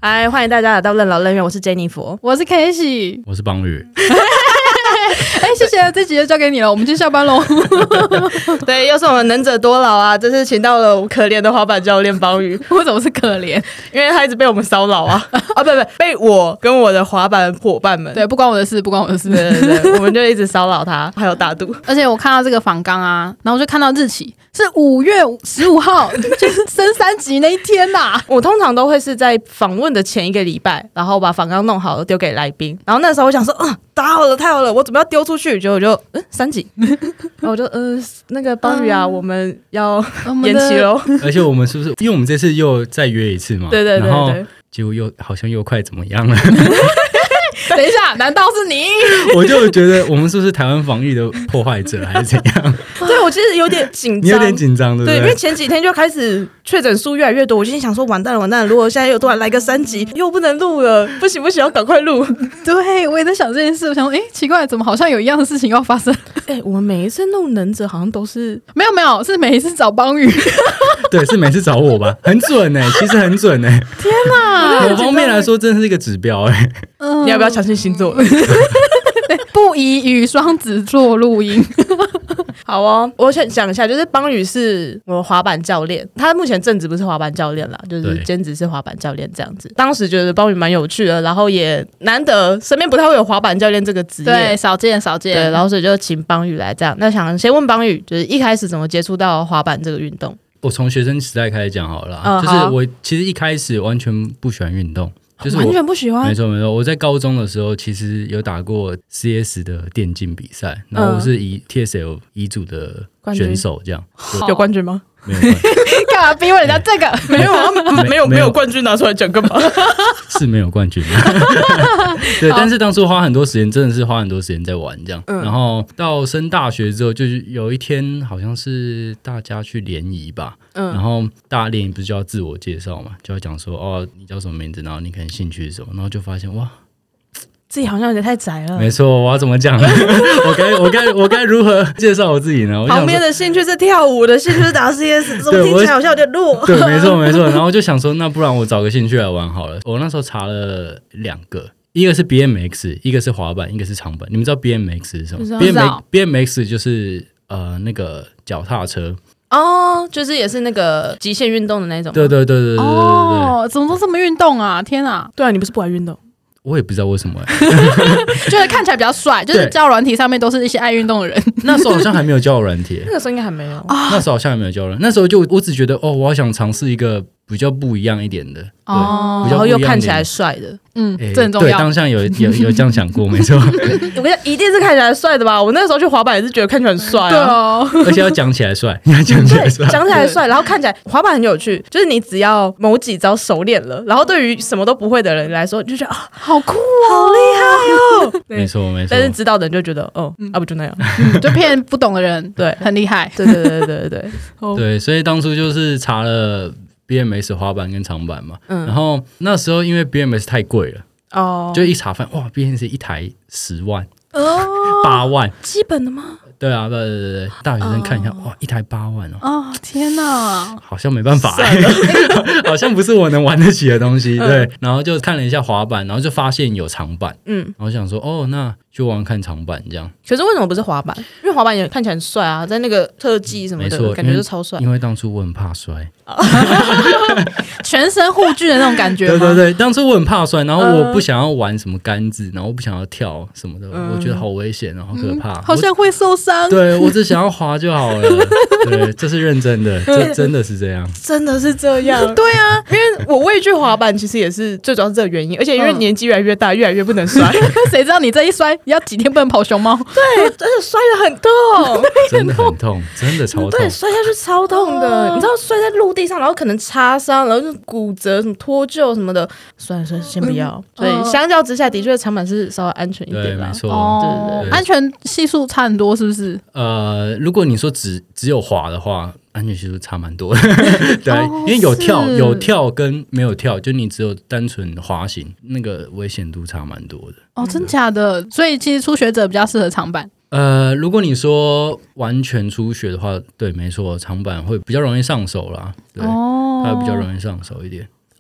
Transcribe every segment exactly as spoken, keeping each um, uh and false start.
嗨，欢迎大家来到任劳任怨，我是 Jennifer， 我是 Casey， 我是邦宇。 哎、欸，谢谢，这集就交给你了，我们先下班喽。 对，又是我们能者多劳啊！这次请到了可怜的滑板教练邦宇。 为什么是可怜？ 因为他一直被我们骚扰啊！啊，不不，被我跟我的滑板伙伴们， 对，不关我的事，不关我的事。 对对对，我们就一直骚扰他，还有大度。 而且我看到这个访纲啊，然后我就看到日期是五月十五号，就是升三级那一天呐、啊。 我通常都会是在访问的前一个礼拜，然后把访纲弄好了丢给来宾，然后那时候我想说，嗯、呃，打好了，太好了，我准备要丢出去，结果就嗯三级，然后我就呃那个邦宇啊、嗯，我们要延期喽。 而且我们是不是因为我们这次又再约一次嘛？ 对对对对， 然后结果又好像又快怎么样了？ 等一下，难道是你？ 我就觉得我们是不是台湾防疫的破坏者，还是怎样？ 对，我其实有点紧张， 你有点紧张，对不对？ 对，因为前几天就开始确诊数越来越多，我就想说完蛋了，完蛋了！如果现在又突然来个三级，又不能录了，不行不行，要赶快录。 对，我也在想这件事，我想说，哎，奇怪，怎么好像有一样的事情要发生？ 哎，我们每一次弄能者好像都是没有没有，是每一次找邦宇。 对，是每次找我吧，很准哎、欸，其实很准哎、欸。 天哪， 某方面来说，真的是一个指标哎、欸。 嗯，你要不要相信星座？ 不宜与双子座录音。 好哦，我想讲一下，就是邦宇是我滑板教练，他目前正职不是滑板教练啦，就是兼职是滑板教练这样子。当时觉得邦宇蛮有趣的，然后也难得身边不太会有滑板教练这个职业， 对，少见少见。 对，然后所以就请邦宇来这样。那想先问邦宇，就是一开始怎么接触到滑板这个运动？ 我从学生时代开始讲好了啦、 嗯， 就是我其实一开始完全不喜欢运动。就是完全不喜欢， 没错没错。我在高中的时候，其实有打过 C S 的电竞比赛，然后我是以 T S L 乙组的选手，这样、 嗯、有冠军吗？ 没有冠军。 干嘛逼问人家这个？ 没有啊，没有没有冠军拿出来讲干嘛？ 是没有冠军对，但是当初花很多时间，真的是花很多时间在玩这样、嗯。然后到升大学之后，就是有一天好像是大家去联谊吧。嗯、然后大家联谊不是就要自我介绍嘛，就要讲说哦你叫什么名字，然后你可能兴趣是什么，然后就发现哇自己好像有点太宅了。 没错，我要怎么讲？我该我该我该如何介绍我自己呢？我旁边的兴趣是跳舞的，兴趣是打 C S， 怎么听起来好像有点弱？ 对，没错没错。然后就想说，那不然我找个兴趣来玩好了。我那时候查了两个。一个是 B M X， 一个是滑板，一个是长板。你们知道 B M X 是什么？ B M X, B M X 就是呃那个脚踏车哦，就是也是那个极限运动的那种。 对对对对对对对。 哦，怎么都这么运动啊？天啊！ 对啊，你不是不爱运动？ 我也不知道为什么、欸， 就是看起来比较帅，就是交友软体上面都是一些爱运动的人。 那时候好像还没有交友软体， 那个时候应该还没有、哦。 那时候好像还没有交友软体，那时候就我只觉得哦，我好想尝试一个比较不一样一点的，对， 哦、 比较然后又看起来帅的， 嗯， 欸、 这很重要。 对，当下有有有这样想过，没错。 我跟你讲，一定是看起来帅的吧？我那时候去滑板也是觉得看起来很帅、啊， 对哦， 而且要讲起来帅，要讲起来帅， 讲起来帅，然后看起来滑板很有趣，就是你只要某几招熟练了，然后对于什么都不会的人来说，就觉得啊、哦， 好酷哦， 好厉害哦。 没错没错。 但是知道的人就觉得，哦，嗯、啊不就那样， 就骗不懂的人， 对， 很厉害。 对对对对对对对，对，所以当初就是查了 B M X 滑板跟长板嘛，嗯，然后那时候因为 B M X 太贵了，哦，就一查发现哇 ，B M X 一台十万，哦，八万， 基本的吗？ 对啊，对对对对，大学生看一下，哦、哇，一台八万哦， 哦，天哪， 好像没办法、欸，好像不是我能玩得起的东西，对、嗯。然后就看了一下滑板，然后就发现有长板，嗯，然后想说，哦，那就玩看长板这样。 可是为什么不是滑板？因为滑板也看起来很帅啊，在那个特技什么的，感觉就超帅。 因为当初我很怕摔， 全身护具的那种感觉吗？ 对对对，当初我很怕摔，然后我不想要玩什么杆子，然后我不想要跳什么的，嗯、我觉得好危险，好可怕、嗯， 好像会受伤。 对，我只想要滑就好了。对，这是认真的，这真的是这样， 真的是这样。对啊，因为我畏惧滑板，其实也是最主要是这个原因，而且因为年纪越来越大，越来越不能摔。 谁知道你这一摔，要几天不能跑熊猫？ 对，真的摔得很痛， 真的很痛，真的超痛。 对，摔下去超痛的。哦、你知道摔在陆地上，然后可能擦伤，然后就骨折、什么脱臼什么的。算了算了，先不要。嗯、所以相较之下，的确长板是稍微安全一点啦。 对，没错。 哦、对对对，安全系数差很多，是不是？ 呃，如果你说只只有滑的话，安全系数差蛮多的。对、哦，因为有跳有跳跟没有跳，就你只有单纯滑行，那个危险度差蛮多的。 哦，真假的？所以其实初学者比较适合长板。 呃，如果你说完全初学的话，对，没错，长板会比较容易上手啦。对，哦、它会比较容易上手一点。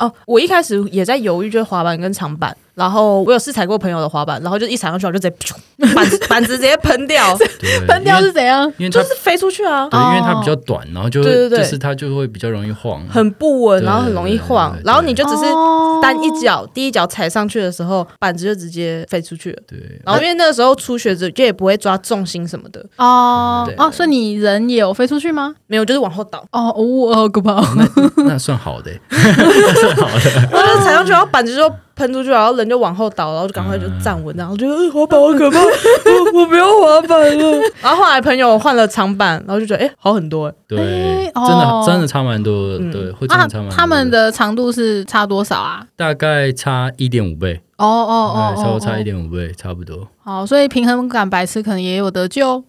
哦，我一开始也在犹豫，就是滑板跟长板。然后我有试踩过朋友的滑板，然后就一踩上去我就直接板子板子直接喷掉。 喷掉是怎样？ 因为就是飞出去啊。 对，因为它比较短，然后就对对对就是它就会比较容易晃， 很不稳，然后很容易晃。然后你就只是单一脚， 哦、 第一脚踩上去的时候，板子就直接飞出去了。 对。 然后因为那个时候初学者就也不会抓重心什么的。 哦哦，所以你人也有飞出去吗？ 没有，就是往后倒。 哦哦，好可怕、哦！ 那那算好的、欸，那算好的。 然后就踩上去，然后板子就喷出去，然后人就往后倒，然后就赶快就站稳，然后就、呃、滑板好可怕，我我不要滑板了。然后后来朋友换了长板，然后就觉得哎、欸、好很多、欸， 对， 欸哦、 真的真的差蛮多的，嗯、对，会真的差蛮多的、 啊。他们的长度是差多少啊？ 大概差一点五倍。 哦哦哦， 差不多差一点五倍，差不多。 好，所以平衡感白痴可能也有得救。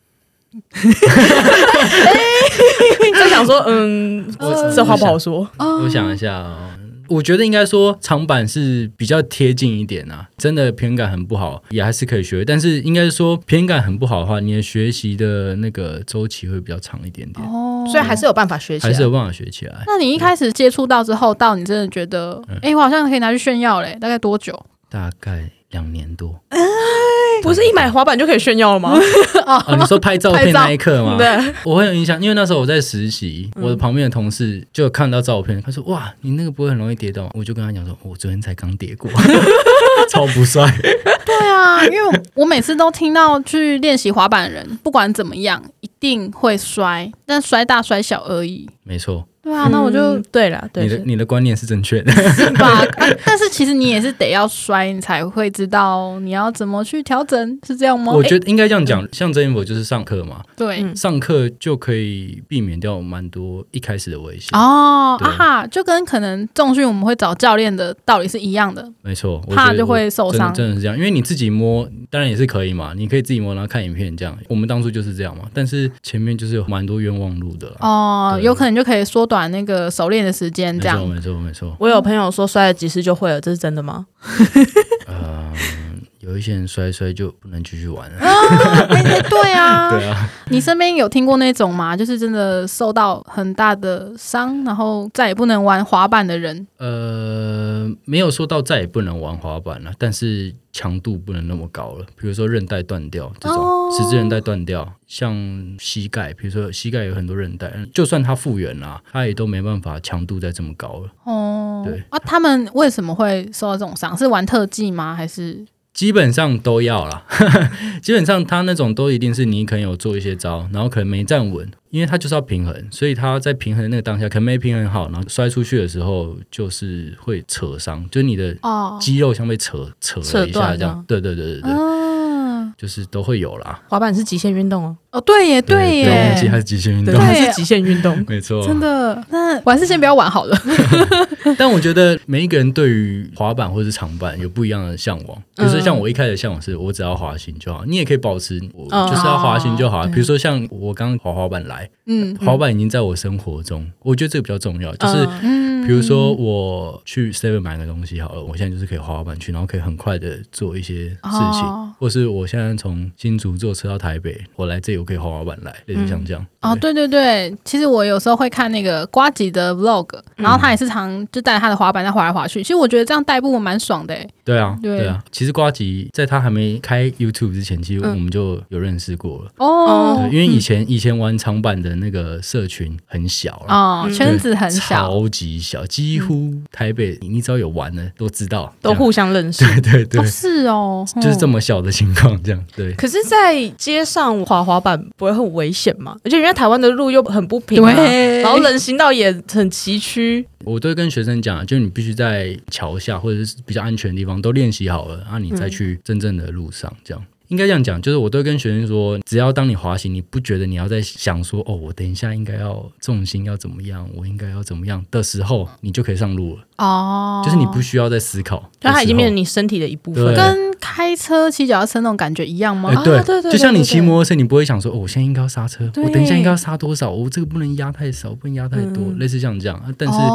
在想说，嗯，我这话不好说。 我想一下哦。我觉得应该说长板是比较贴近一点啊，真的平衡感很不好也还是可以学，但是应该说平衡感很不好的话，你的学习的那个周期会比较长一点点， 哦，所以还是有办法学起来， 还是有办法学起来。 那你一开始接触到之后，到你真的觉得，哎、嗯欸，我好像可以拿去炫耀嘞，大概多久？ 大概两年多。 不是一买滑板就可以炫耀了吗？ 哦，你说拍照片那一刻吗？ 对， 我很有印象，因为那时候我在实习，我的旁边的同事就看到照片，他说：“哇，你那个不会很容易跌倒吗？”我就跟他讲说：“我昨天才刚跌过，超不帅。” 对啊，因为我每次都听到去练习滑板的人，不管怎么样，一定会摔，但摔大摔小而已。 没错。 对啊，那我就、 嗯、对了，对， 你的你的观念是正确的， 是吧、啊？但是其实你也是得要摔，你才会知道你要怎么去调整，是这样吗？ 我觉得应该这样讲，像真info就是上课嘛， 对， 嗯、上课就可以避免掉蛮多一开始的危险哦。啊哈，就跟可能重训我们会找教练的道理是一样的， 没错， 怕就会受伤， 真的是这样，因为你自己摸当然也是可以嘛，你可以自己摸，然后看影片这样。我们当初就是这样嘛，但是前面就是有蛮多冤枉路的啦。 哦，有可能就可以缩短那个手练的时间，这样没错没错没错。 我有朋友说摔了几次就会了，这是真的吗？ 呃，有一些人摔摔就不能继续玩了。 啊欸欸、对啊， 对啊。 你身边有听过那种吗？就是真的受到很大的伤，然后再也不能玩滑板的人？ 呃，没有说到再也不能玩滑板了，但是强度不能那么高了。比如说韧带断掉这种，哦、十字韧带断掉，像膝盖，比如说膝盖有很多韧带，就算它复原了，它也都没办法强度再这么高了。 哦， 对啊，他们为什么会受到这种伤？是玩特技吗？还是？ 基本上都要啦，基本上他那种都一定是你可能有做一些招，然后可能没站稳，因为他就是要平衡，所以他在平衡的那个当下可能没平衡好，然后摔出去的时候就是会扯伤，就是你的肌肉像被扯、哦、扯了一下这样，对对对对对。嗯，就是都会有啦。 滑板是极限运动哦。 哦，对耶，对耶， 对，忘记它是极限运动， 它是极限运动， 没错， 真的。那我还是先不要玩好了。 但我觉得每一个人对于滑板或是长板有不一样的向往，比如说像我一开始向往是我只要滑行就好，你也可以保持我就是要滑行就好。比如说像我刚滑滑板来，嗯，滑板已经在我生活中，我觉得这个比较重要，就是比如说我去 seven 买个东西好了，我现在就是可以滑滑板去，然后可以很快的做一些事情，哦、或是我现在从新竹坐车到台北，我来这里我可以滑滑板来，类似像这样。 嗯、哦，对对对，其实我有时候会看那个呱吉的 vlog， 然后他也是常就带他的滑板在滑来滑去，其实我觉得这样代步蛮爽的。 对啊，对, 对啊，其实呱吉在他还没开 YouTube 之前，其实我们就有认识过了。哦、嗯，因为以前、嗯、以前玩长板的那个社群很小啦， 哦，圈子很小， 超级小，几乎台北你只要有玩的都知道， 都互相认识。 对对对， 哦是哦， 就是这么小的情况，这样对。 可是，在街上滑滑板不会很危险吗？而且因为台湾的路又很不平、啊，然后人行道也很崎岖。 我都会跟学生讲，就是你必须在桥下或者是比较安全的地方都练习好了，然后你再去真正的路上，这样。应该这样讲，就是我都会跟学生说，只要当你滑行，你不觉得你要在想说，哦，我等一下应该要重心要怎么样，我应该要怎么样的时候，你就可以上路了。哦，就是你不需要再思考， 就它已经变成你身体的一部分， 跟开车、骑脚踏车那种感觉一样吗？ 欸、对，啊、对, 对, 对, 对，就像你骑摩托车，你不会想说，哦，我现在应该要刹车，我等一下应该要刹多少，我、哦、这个不能压太少，不能压太多，嗯、类似像这样。但是、哦、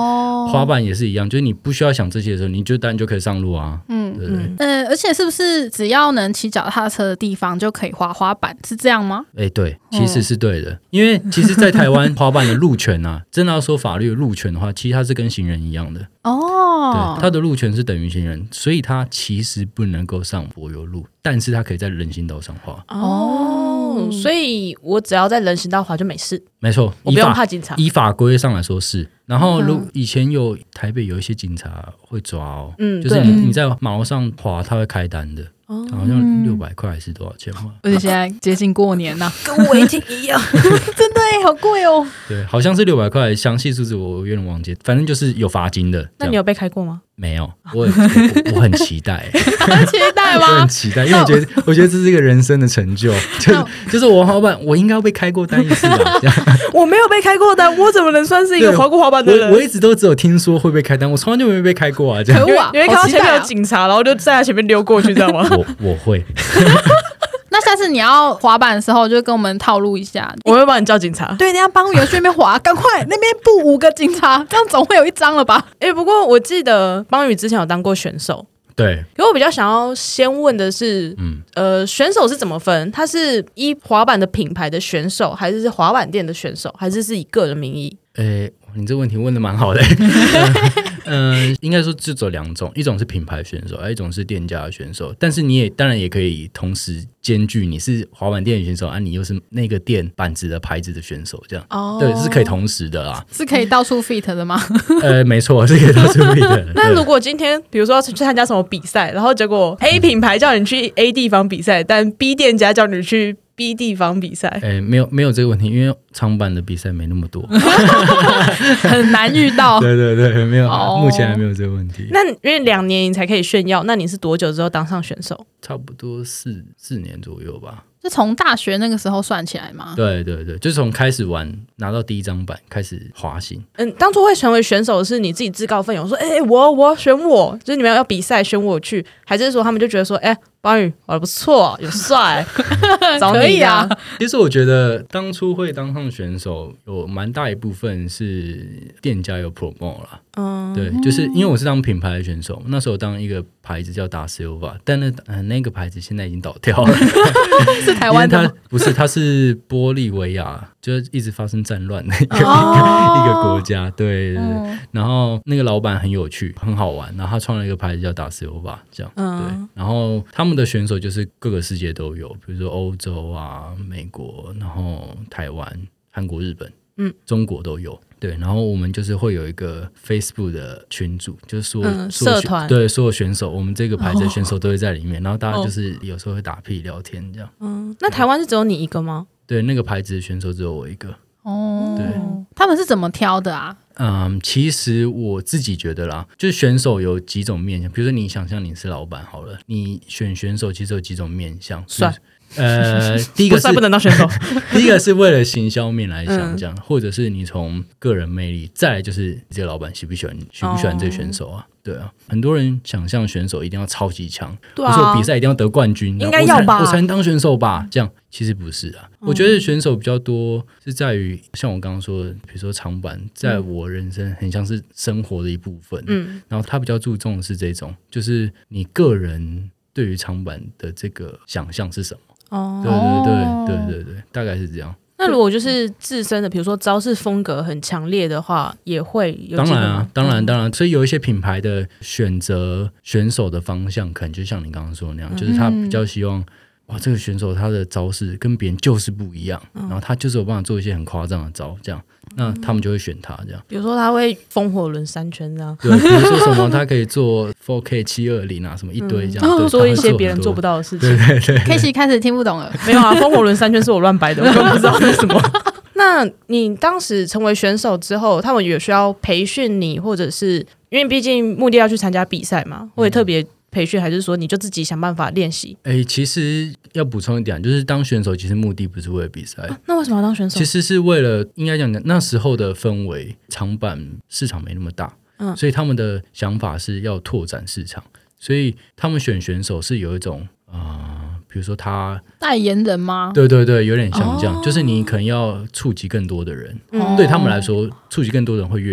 滑板也是一样，就是你不需要想这些的时候，你就当然就可以上路啊。嗯，对对。 呃，而且是不是只要能骑脚踏车的地方就可以滑滑板？是这样吗？ 哎、欸，对，其实是对的，嗯、因为其实，在台湾滑板的路权啊，真的要说法律的路权的话，其实它是跟行人一样的。哦，对，它的路权是等于行人，所以它其实不能够上柏油路，但是它可以在人行道上滑。 哦，所以我只要在人行道滑就没事。 没错， 我不用怕警察。 依法规上来说是。然后，如以前有台北有一些警察会抓哦，嗯，就是你你在马路上滑，他会开单的。哦、好像六百块还是多少钱嘛？ 而且现在接近过年了， 跟我一听一样， 真的耶，好贵哦。 对，好像是六百块，详细数字我有点忘记，反正就是有罚金的。 那你有被开过吗？ 没有，我 我, 我很期待， 期待吗？ 我很期待，因为我觉得我觉得这是一个人生的成就，就是就是我滑板，我应该要被开过单一次吧？ 我没有被开过单，我怎么能算是一个滑过滑板的人？ 我, 我一直都只有听说会被开单，我从来就没被开过啊！这样， 可恶啊！ 因为看到前面有警察，然后就在他前面溜过去，知道吗？ 我我会。 那下次你要滑板的时候，就跟我们套路一下， 我会帮你叫警察。 对，你要帮有去那边滑，赶快那边布五个警察，这样总会有一张了吧？ 哎、欸，不过我记得邦宇之前有当过选手， 对。 可我比较想要先问的是，嗯，呃，选手是怎么分？他是依滑板的品牌的选手，还是是滑板店的选手，还是是以个人名义？ 哎、欸，你这个问题问的蛮好的。嗯、呃，应该说就走两种，一种是品牌选手，一种是店家的选手。但是你也当然也可以同时兼具，你是滑板店的选手啊，你又是那个店板子的牌子的选手，这样哦，对，是可以同时的啦。 是可以到处 fit 的吗？ 呃，没错，是可以到处 fit 的。 那如果今天比如说去参加什么比赛，然后结果 A 品牌叫你去 A 地方比赛，但 B 店家叫你去B 地方比赛， 哎、欸，没有没有这个问题，因为长板的比赛没那么多， 很难遇到。 对对对，没有，哦、目前还没有这个问题。 那因为两年你才可以炫耀，那你是多久之后当上选手？ 差不多四四年左右吧。 是从大学那个时候算起来吗？ 对对对，就是从开始玩拿到第一张板开始滑行。 嗯，当初会成为选手是你自己自告奋勇说，哎、欸，我我选我，就是你们要比赛选我去，还是说他们就觉得说，哎、欸，邦宇玩得不错，有帅，找你可以啊。 其实我觉得当初会当上选手，有蛮大一部分是店家有 promote 啦。嗯，对，就是因为我是当品牌的选手，那时候当一个牌子叫达 Silva， 但那、呃、那个牌子现在已经倒掉了， 是台湾的吗？ 不是，它是玻利维亚，就是一直发生战乱的一个、哦、一个国家，对对对、嗯。然后那个老板很有趣，很好玩，然后他创了一个牌子叫达 Silva， 这样、嗯，对。然后他们的选手就是各个世界都有，比如说欧洲啊、美国，然后台湾、韩国、日本，嗯，中国都有。对，然后我们就是会有一个 Facebook 的群组，就是说、嗯、 社团， 对，所有选手，我们这个牌子的选手都会在里面，哦、然后大家就是有时候会打屁聊天这样。 嗯，那台湾是只有你一个吗？ 对，那个牌子的选手只有我一个。 哦，对，他们是怎么挑的啊？ 嗯，其实我自己觉得啦，就是选手有几种面向，比如说你想象你是老板好了，你选选手其实有几种面向， 帅。 呃，第一个是不能当选手， 第一个是为了行销面来想这样、嗯，或者是你从个人魅力，再来就是这个老板喜不喜欢，喜不喜欢这个选手啊？哦、对啊，很多人想象选手一定要超级强，对啊，或者比赛一定要得冠军， 应该要吧， 我才能当选手吧？这样其实不是啊，嗯、我觉得选手比较多是在于像我刚刚说的，比如说长板，在我人生很像是生活的一部分，嗯，然后他比较注重的是这种，就是你个人对于长板的这个想象是什么。哦，对对对对对对，大概是这样。 那如果就是自身的，比如说招式风格很强烈的话，也会有。 当然啊，当然当然，所以有一些品牌的选择选手的方向，可能就像你刚刚说的那样，嗯、就是他比较希望。哇，这个选手他的招式跟别人就是不一样、嗯，然后他就是有办法做一些很夸张的招，这样，那他们就会选他这样。 比如说他会风火轮三圈这样， 对，比如说什么他可以做 四 K 七二零啊，什么一堆这样， 嗯、做一些别人做不到的事情。 对对对 ，K 七开始听不懂了， 没有啊，风火轮三圈是我乱掰的，我根本不知道是什么。那你当时成为选手之后，他们有需要培训你，或者是因为毕竟目的要去参加比赛嘛，会特别。培训还是说你就自己想办法练习？ 哎、欸，其实要补充一点，就是当选手其实目的不是为了比赛、啊， 那为什么要当选手？ 其实是为了应该讲那时候的氛围，长板市场没那么大，嗯，所以他们的想法是要拓展市场，所以他们选选手是有一种啊、呃，比如说他代言人吗？ 对对对，有点像这样，哦、就是你可能要触及更多的人、嗯，对他们来说，触及更多人会越好。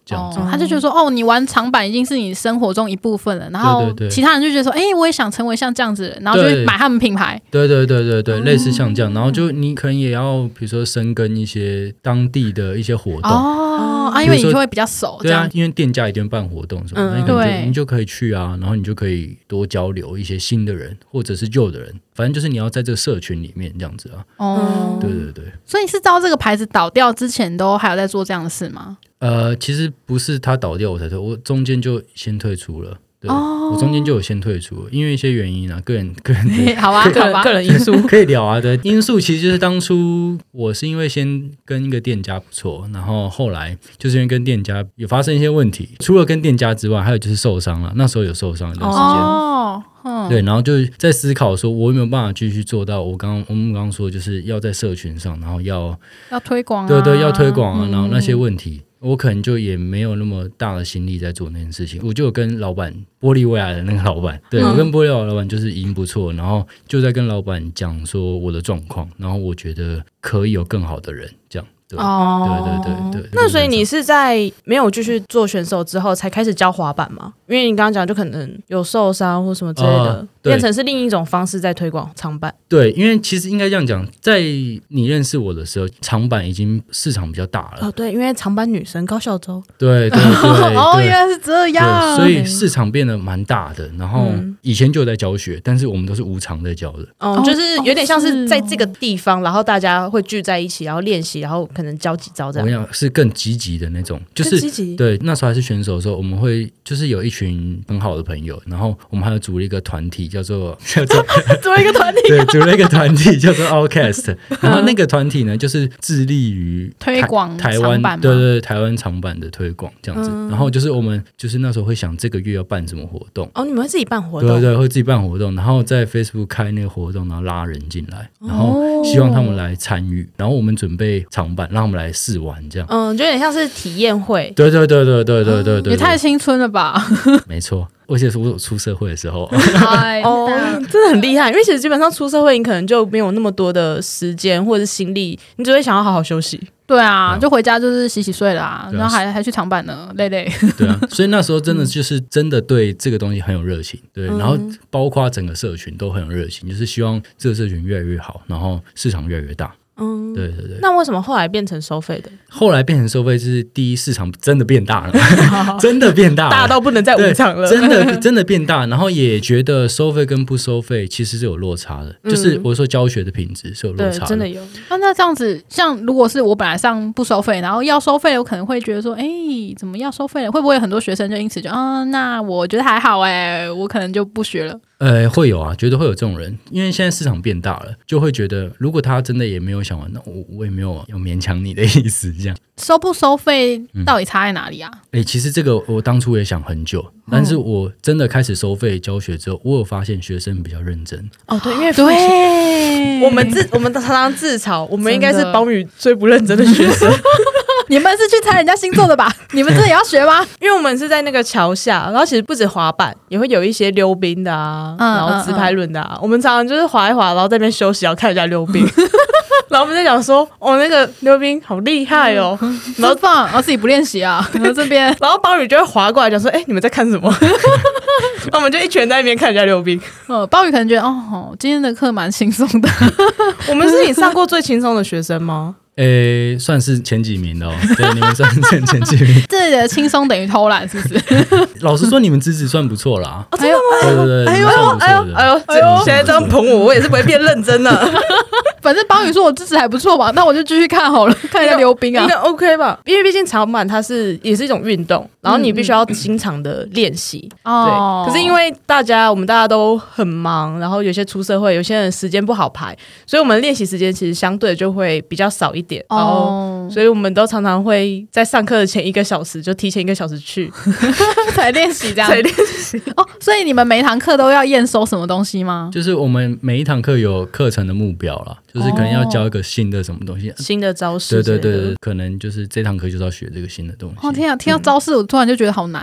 这样子。 哦、他就觉得说，哦，你玩长板已经是你生活中一部分了，然后其他人就觉得说，哎、欸，我也想成为像这样子的人，然后就会买他们品牌。 对对对对对，类似像这样，然后就你可能也要比如说深耕一些当地的一些活动。 哦啊，因为你就会比较熟。 对啊，因为店家一定会办活动什么的，嗯、你可能就你就可以去啊，然后你就可以多交流一些新的人或者是旧的人，反正就是你要在这个社群里面这样子啊。哦，对对对。所以你是到这个牌子倒掉之前都还有在做这样的事吗？ 呃，其实不是他倒掉我才退，我中间就先退出了。对，哦、我中间就有先退出了，因为一些原因啊，个人个人的好啊， 个人个人因素可以聊啊。对，因素其实就是当初我是因为先跟一个店家不错，然后后来就是因为跟店家有发生一些问题，除了跟店家之外，还有就是受伤了。那时候有受伤一段时间。哦嗯、对，然后就在思考说，我有没有办法继续做到我刚我们刚刚说，就是要在社群上，然后要要推广、啊， 对对，要推广啊，然后那些问题。我可能就也没有那么大的心力在做那件事情，我就有跟老板玻利维亚的那个老板，对、嗯、我跟玻利维亚的老板就是已经不错，然后就在跟老板讲说我的状况，然后我觉得可以有更好的人这样。对、哦、对对对对。 那所以你是在没有继续做选手之后才开始教滑板吗？因为你刚刚讲就可能有受伤或什么之类的、呃、变成是另一种方式在推广长板。 对，因为其实应该这样讲，在你认识我的时候，长板已经市场比较大了。 哦，对，因为长板女神高孝周。 对对 对, 对。 哦，原来是这样。 所以市场变得蛮大的，然后以前就有在教学，但是我们都是无偿在教的。 哦，就是有点像是在这个地方，然后大家会聚在一起，然后练习，然后可能教几招这样。 我跟你讲，是更积极的那种，就是积极。 对，那时候还是选手的时候，我们会就是有一群很好的朋友，然后我们还有组了一个团体，叫做叫做组了一个团体， 对，组了一个团体叫做 Outcast， 然后那个团体呢，就是致力于推广台湾，对对对，台湾长板的推广这样子。嗯、然后就是我们就是那时候会想这个月要办什么活动。 哦，你们会自己办活动？ 对对对，会自己办活动，然后在 Facebook 开那个活动，然后拉人进来，然后希望他们来参与，然后我们准备长板，让他们来试玩这样。 嗯，就有点像是体验会。 对对对对对对对对， 也太青春了吧！ 没错。而且是我出社会的时候， 哦，真的很厉害。因为其实基本上出社会，你可能就没有那么多的时间或者是心力，你只会想要好好休息。 对啊，就回家就是洗洗睡啦、啊，然后还还去长板呢，累累。 对啊，所以那时候真的就是真的对这个东西很有热情，对，然后包括整个社群都很有热情，就是希望这个社群越来越好，然后市场越来越大。嗯，对对对。 那为什么后来变成收费的？ 后来变成收费是第一，市场真的变大了，真的变大了， 大到不能再无偿了， 真的真的变大。然后也觉得收费跟不收费其实是有落差的，嗯、就是我说教学的品质是有落差的， 真的有。 那那这样子，像如果是我本来上不收费，然后要收费，我可能会觉得说，哎，怎么要收费了？会不会很多学生就因此就啊、嗯，那我觉得还好哎、欸，我可能就不学了。 呃，会有啊，觉得会有这种人，因为现在市场变大了，就会觉得如果他真的也没有想玩，那我我也没有要勉强你的意思，这样。 收不收费到底差在哪里啊？ 哎、嗯欸，其实这个我当初也想很久，但是我真的开始收费教学之后，我有发现学生比较认真。 哦，对，因为对，我们自我们常常自嘲，我们应该是邦语最不认真的学生。 你们是去猜人家星座的吧？你们真的也要学吗？ 因为我们是在那个桥下，然后其实不止滑板，也会有一些溜冰的啊，嗯、然后直排轮的啊、嗯嗯。我们常常就是滑一滑，然后在那边休息，然后看人家溜冰。然后我们在讲说，哦，那个溜冰好厉害哦， 嗯、然后放，然后自己不练习啊，然后这边， 然后邦宇就会滑过来讲说，哎，你们在看什么？然后我们就一群人在那边看人家溜冰。 哦，邦宇可能觉得，哦，今天的课蛮轻松的。 我们是你上过最轻松的学生吗？ 诶，算是前几名的哦。对，你们算是前几名。 这里的轻松等于偷懒，是不是？ 老实说，你们资质算不错啦。 哦，真的吗？ 对对对， 哎呦哎呦哎呦哎呦！现在这样捧我，我也是不会变认真的。 反正邦宇说我资质还不错吧，那我就继续看好了，看一下溜冰啊， 应该 OK 吧？因为毕竟长板它是也是一种运动，然后你必须要经常的练习。哦、嗯，对。可是因为大家我们大家都很忙，然后有些出社会，有些人时间不好排，所以我们练习时间其实相对就会比较少一点。然后，所以我们都常常会在上课的前一个小时就提前一个小时去才练习，这样才练习。 哦，所以你们每一堂课都要验收什么东西吗？ 就是我们每一堂课有课程的目标啦。就是可能要教一个新的什么东西， 新的招式。 对对对对，可能就是这堂课就是要学这个新的东西。 哦天啊，听到招式、嗯、我突然就觉得好难哦。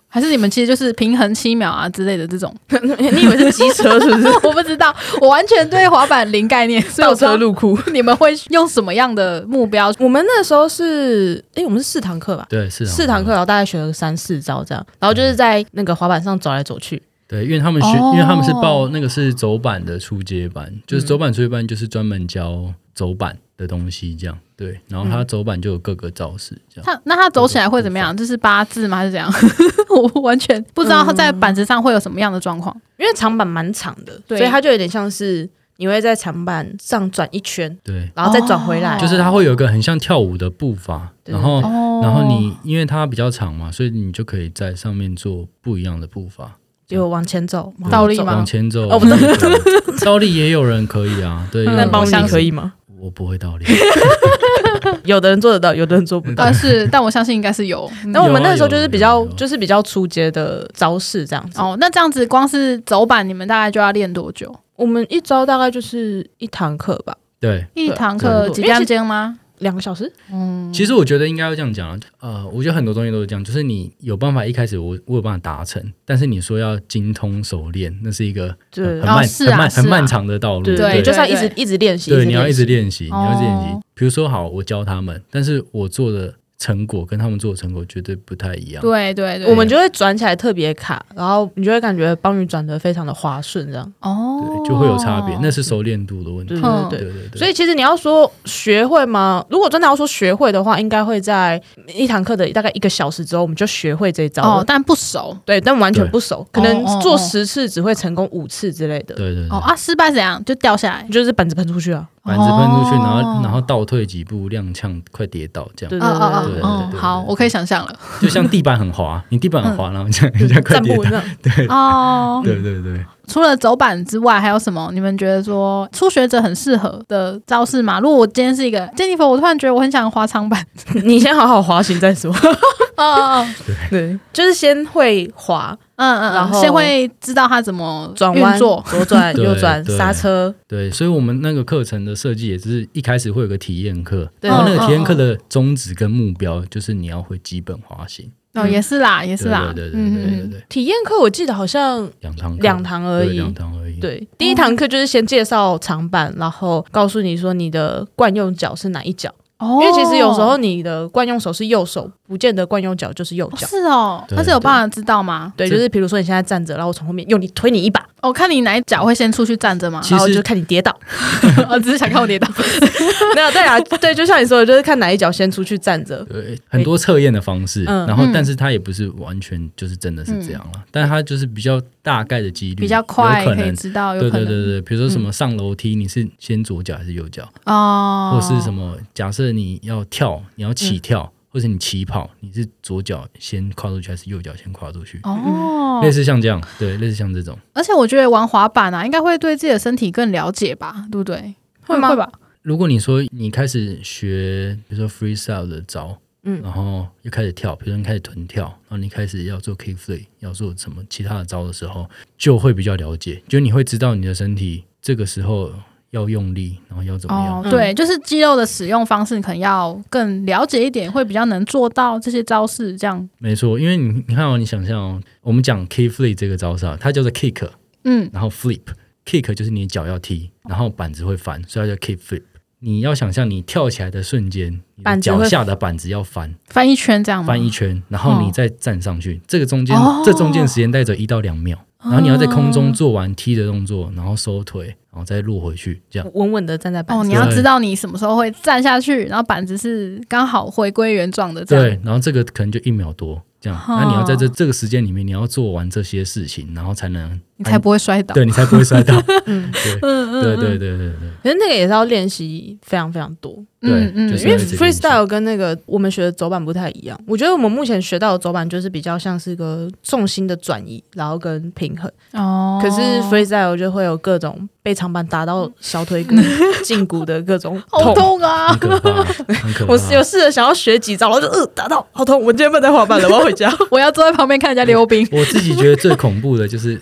还是你们其实就是平衡七秒啊之类的这种？ 你以为是机车是不是？ 我不知道，我完全对滑板零概念，所以我倒车入库。 你们会用什么样的目标？ 我们那时候是，哎、欸，我们是四堂课吧？ 对，四堂四堂课，然后大概学了三四招这样，然后就是在那个滑板上走来走去。 对，因为他们学， 哦、 因为他们是报那个是走板的初阶班，就是走板初阶班就是专门教走板的东西这样。对，然后他走板就有各个招式这样。 他那他走起来会怎么样？这是八字吗？还是怎样？我完全不知道他在板子上会有什么样的状况。 因为长板蛮长的，所以它就有点像是你会在长板上转一圈， 对， 然后再转回来， 就是它会有一个很像跳舞的步伐，然后、哦、然后你因为它比较长嘛，所以你就可以在上面做不一样的步伐。 就往前走， 倒立吗？ 往前走， 哦，不是， 倒立也有人可以啊，对。 那帮你可以吗？ 我不会倒立， 有的人做得到，有的人做不到。 但是，但我相信应该是有。 那我们那时候就是比较，就是比较初阶的招式这样子。 哦，那这样子光是走板，你们大概就要练多久？ 我们一招大概就是一堂课吧。 对， 一堂课几分钟吗？ 两个小时， 嗯， 其实我觉得应该要这样讲，呃，我觉得很多东西都是这样，就是你有办法一开始我我有办法达成，但是你说要精通熟练，那是一个很很漫、 哦啊、 很漫很漫长的道路， 对，对对就是要一直一直练习， 对，你要一直练习，你要一直练习。 哦、 比如说，好，我教他们，但是我做的成果跟他们做的成果绝对不太一样， 对对对， 我们就会转起来特别卡，然后你就会感觉帮你转得非常的滑顺，这样哦， 对，就会有差别，那是熟练度的问题， 对对对对, 对, 对, 对。 所以其实你要说学会吗？如果真的要说学会的话，应该会在一堂课的大概一个小时之后，我们就学会这一招哦，但不熟， 对，但完全不熟，可能做十次只会成功五次之类的， 对对对。 哦啊，失败怎样就掉下来， 就是板子喷出去啊。 板子喷出去，然后然后倒退几步，踉跄，快跌倒，这样。 对对对对对，好，我可以想象了。 就像地板很滑，你地板很滑，然后这样这样快跌倒，对哦， 对对对。 除了走板之外，还有什么？你们觉得说初学者很适合的招式吗？如果我今天是一个 Jennifer， 我突然觉得我很想滑长板， 你先好好滑行再说。 哦， 对，就是先会滑。 嗯嗯，然后先会知道它怎么转弯、左转、右转、刹车。 对，所以我们那个课程的设计也是一开始会有个体验课，然后那个体验课的宗旨跟目标就是你要会基本滑行。 哦，也是啦，也是啦， 对对对对对对。 体验课我记得好像两堂两堂而已， 两堂而已。 对，第一堂课就是先介绍长板，然后告诉你说你的惯用脚是哪一脚。因为其实有时候你的惯用手是右手，不见得惯用脚就是右脚。 是哦，他是有办法知道吗？ 对，就是比如说你现在站着，然后我从后面用力推你一把， 我、哦、看你哪一脚会先出去站着吗？ 然后就看你跌倒， 我只是想看我跌倒。 没有，对啊，对，就像你说的，就是看哪一脚先出去站着。 对，很多测验的方式， 嗯、 然后但是它也不是完全就是真的是这样了，嗯、但它就是比较大概的几率， 比较快可能可以知道，有对可能对对对，比如说什么上楼梯，你是先左脚还是右脚？ 哦， 或是什么？假设你要跳。你要起跳，嗯、或者你起跑，你是左脚先跨出去还是右脚先跨出去？ 哦， 类似像这样，对，类似像这种。 而且我觉得玩滑板啊，应该会对自己的身体更了解吧，对不对？ 会吗？ 会吧。 如果你说你开始学，比如说 freestyle 的招， 嗯， 然后又开始跳，比如说你开始臀跳，然后你开始要做 kick flip， 要做什么其他的招的时候，就会比较了解，就你会知道你的身体这个时候。要用力，然后要怎么样？ 哦、对，就是肌肉的使用方式，你可能要更了解一点，会比较能做到这些招式。这样没错，因为你你看哦，你想象哦，我们讲 kick flip 这个招式，它叫做 kick， 嗯， 然后 flip，kick 就是你的脚要踢，然后板子会翻，所以它叫 kick flip。你要想象你跳起来的瞬间，你的脚下的板子要翻翻一圈，这样吗？ 翻一圈，然后你再站上去，哦、这个中间、哦、这中间时间带着一到两秒。然后你要在空中做完踢的动作，然后收腿，然后再落回去，这样稳稳的站在板子。 哦，你要知道你什么时候会站下去，然后板子是刚好回归原状的，这样。 对，然后这个可能就一秒多这样。那、哦、你要在这这个时间里面，你要做完这些事情，然后才能你才不会摔倒。 对，你才不会摔倒。 嗯， 对，对对对对对。 可是那个也是要练习非常非常多。 对，嗯嗯， 因为 freestyle 跟那个我们学的走板不太一样。我觉得我们目前学到的走板就是比较像是个重心的转移，然后跟平衡。 哦。 可是 freestyle 就会有各种被长板打到小腿骨、胫骨的各种痛， 好痛啊！ 很可怕，很可怕。 我有试着想要学几招，然后就呃打到，好痛！我今天不能再滑板了，我要回家。 我要坐在旁边看人家溜冰。 我自己觉得最恐怖的就是翻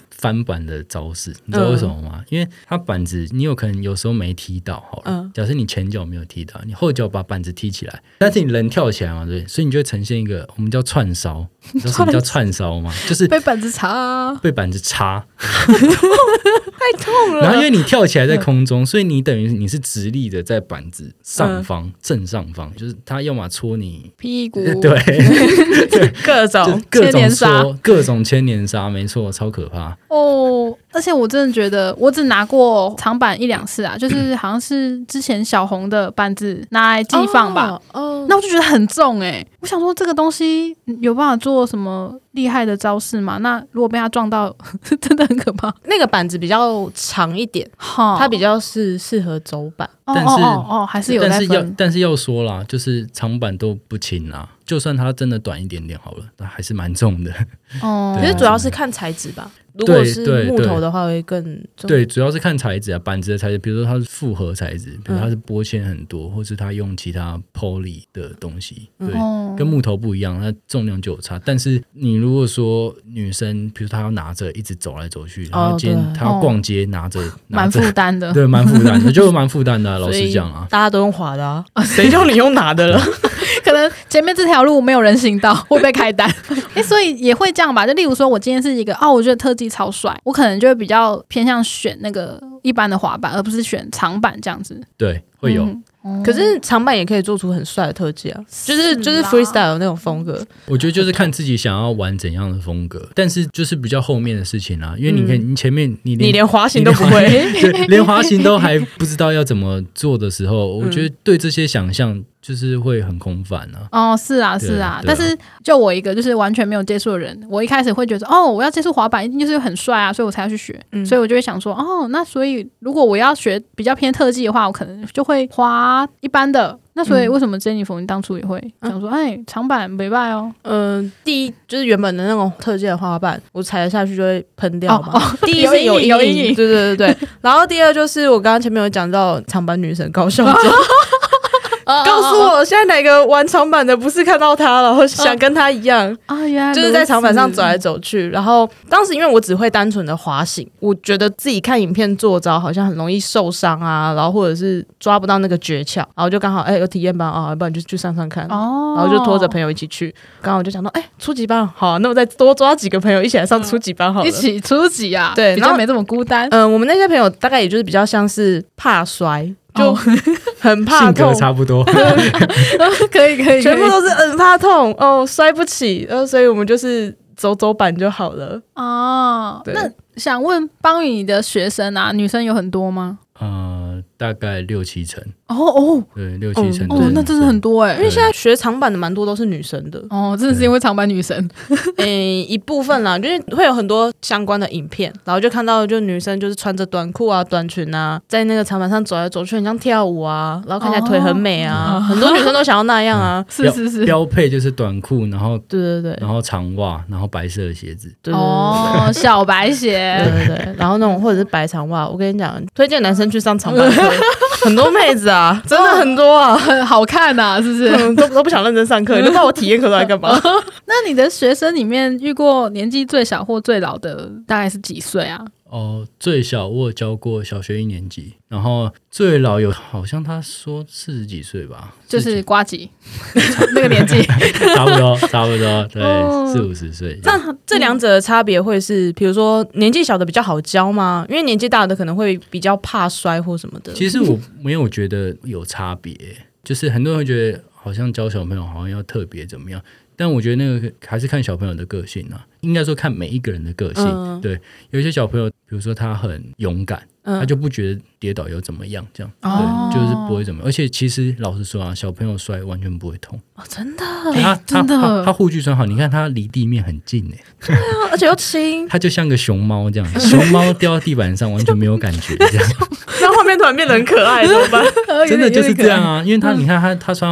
板的招式，你知道为什么吗？嗯、因为它板子你有可能有时候没踢到，好了，嗯、假设你前脚没有踢到，你后脚把板子踢起来，但是你人跳起来嘛，对，所以你就会呈现一个我们叫串烧。你知道什么叫串烧吗？就是被板子插， 被板子插， 太痛了。 然后因为你跳起来在空中，所以你等于你是直立的在板子上方、嗯、正上方，就是他要么戳你屁股， 对对， 各种各种戳，各种千年杀，没错，超可怕哦。而且我真的觉得，我只拿过长板一两次啊，就是好像是之前小红的板子拿来寄放吧，哦哦、那我就觉得很重哎、欸，我想说这个东西有办法做什么厉害的招式吗？那如果被它撞到，真的很可怕。 那个板子比较长一点，它比较是适合走板。 但是哦哦哦，还是有在分。 但是要但是要说啦，就是长板都不轻啦，就算它真的短一点点好了，但还是蛮重的。 哦， 其实主要是看材质吧。如果是木头的话会更重。 对，主要是看材质啊，板子的材质，比如说它是复合材质，比如说它是玻纤很多，嗯、或是它用其他 poly 的东西，对，嗯、跟木头不一样，它重量就有差。但是你如果说女生，比如她要拿着一直走来走去，然后今天她要逛街拿着， 蛮负担的， 对，蛮负担的，就蛮负担的、啊。老实讲啊， 大家都用滑的啊，谁叫你用拿的了？ 可能前面这条路没有人行道，会被开单。哎、欸，所以也会这样吧？就例如说，我今天是一个哦，我觉得特技超帅，我可能就会比较偏向选那个一般的滑板，而不是选长板这样子。 对，会有。 嗯、 可是长板也可以做出很帅的特技啊，就是就是 freestyle 那种风格。 我觉得就是看自己想要玩怎样的风格，但是就是比较后面的事情啦，因为你看你前面你连你连滑行都不会， 对，连滑行都还不知道要怎么做的时候，我觉得对这些想象就是会很空泛啊。 哦，是啊，是啊，啊但是就我一个就是完全没有接触的人，我一开始会觉得哦，我要接触滑板一定就是很帅啊，所以我才要去学，嗯、所以我就会想说哦，那所以如果我要学比较偏特技的话，我可能就会滑一般的。那所以为什么 Jennifer 你当初也会想说，哎、嗯，长板没败哦？ 嗯、呃，第一就是原本的那种特技的滑板，我踩了下去就会喷掉嘛。 哦哦、 第一是有有阴影， 对对对对。然后第二就是我刚刚前面有讲到长板女神高孝珍。告诉我，现在哪个玩长板的不是看到他了，我想跟他一样啊？原来就是在长板上走来走去。然后当时因为我只会单纯的滑行，我觉得自己看影片做招好像很容易受伤啊，然后或者是抓不到那个诀窍，然后就刚好哎、欸、有体验班啊，要不然就去上上看。哦，然后就拖着朋友一起去。刚好我就想到，哎、欸，初级班好、啊，那我再多抓几个朋友一起来上初级班好了， 一起初级啊， 对， 比较没这么孤单。 嗯、呃，我们那些朋友大概也就是比较像是怕摔。就很怕痛， 性格差不多， 可以可以， 全部都是很怕痛哦，摔不起，然后所以我们就是走走板就好了。 哦，那想问邦宇，你的学生啊，女生有很多吗？ 呃，大概六七成。 哦哦， 对，六七成。 哦，那真的很多哎、欸， 因为现在学长板的蛮多都是女生的。 哦，真的是因为长板女神。 诶、欸，一部分啦，就是会有很多相关的影片，然后就看到就女生就是穿着短裤啊、短裙啊，在那个长板上走来走去，很像跳舞啊，然后看起来腿很美啊，哦、很多女生都想要那样啊。 是是是， 标配就是短裤，然后对对对， 然后长袜，然后白色的鞋子。 对对对哦，小白鞋。 对对对，然后那种或者是白长袜，我跟你讲，推荐男生去上长板课，很多妹子啊，真的很多啊， 很好看啊，是不是？ 嗯、都都不想认真上课，你就把我体验课都来干嘛？ 那你的学生里面遇过年纪最小或最老的大概是几岁啊？ 哦，最小我有教过小学一年级，然后最老有好像他说四十几岁吧， 就是呱吉那个年纪， 差不多差不多，对，四五十岁。 那这两者的差别会是，比如说年纪小的比较好教吗？因为年纪大的可能会比较怕摔或什么的。 其实我没有觉得有差别，就是很多人会觉得好像教小朋友好像要特别怎么样。但我觉得那个还是看小朋友的个性啊，应该说看每一个人的个性。嗯、对，有一些小朋友，比如说他很勇敢，嗯、他就不觉得跌倒又怎么样，这样， 哦、 对，就是不会怎么样。而且其实老实说啊，小朋友摔完全不会痛。 哦，真的， 他真的， 他他护具穿好，你看他离地面很近哎。 对啊，而且又轻， 他就像个熊猫这样，熊猫掉到地板上完全没有感觉，这样。 那画面突然变得很可爱，怎么办？ 真的就是这样啊，因为他你看他他穿好护具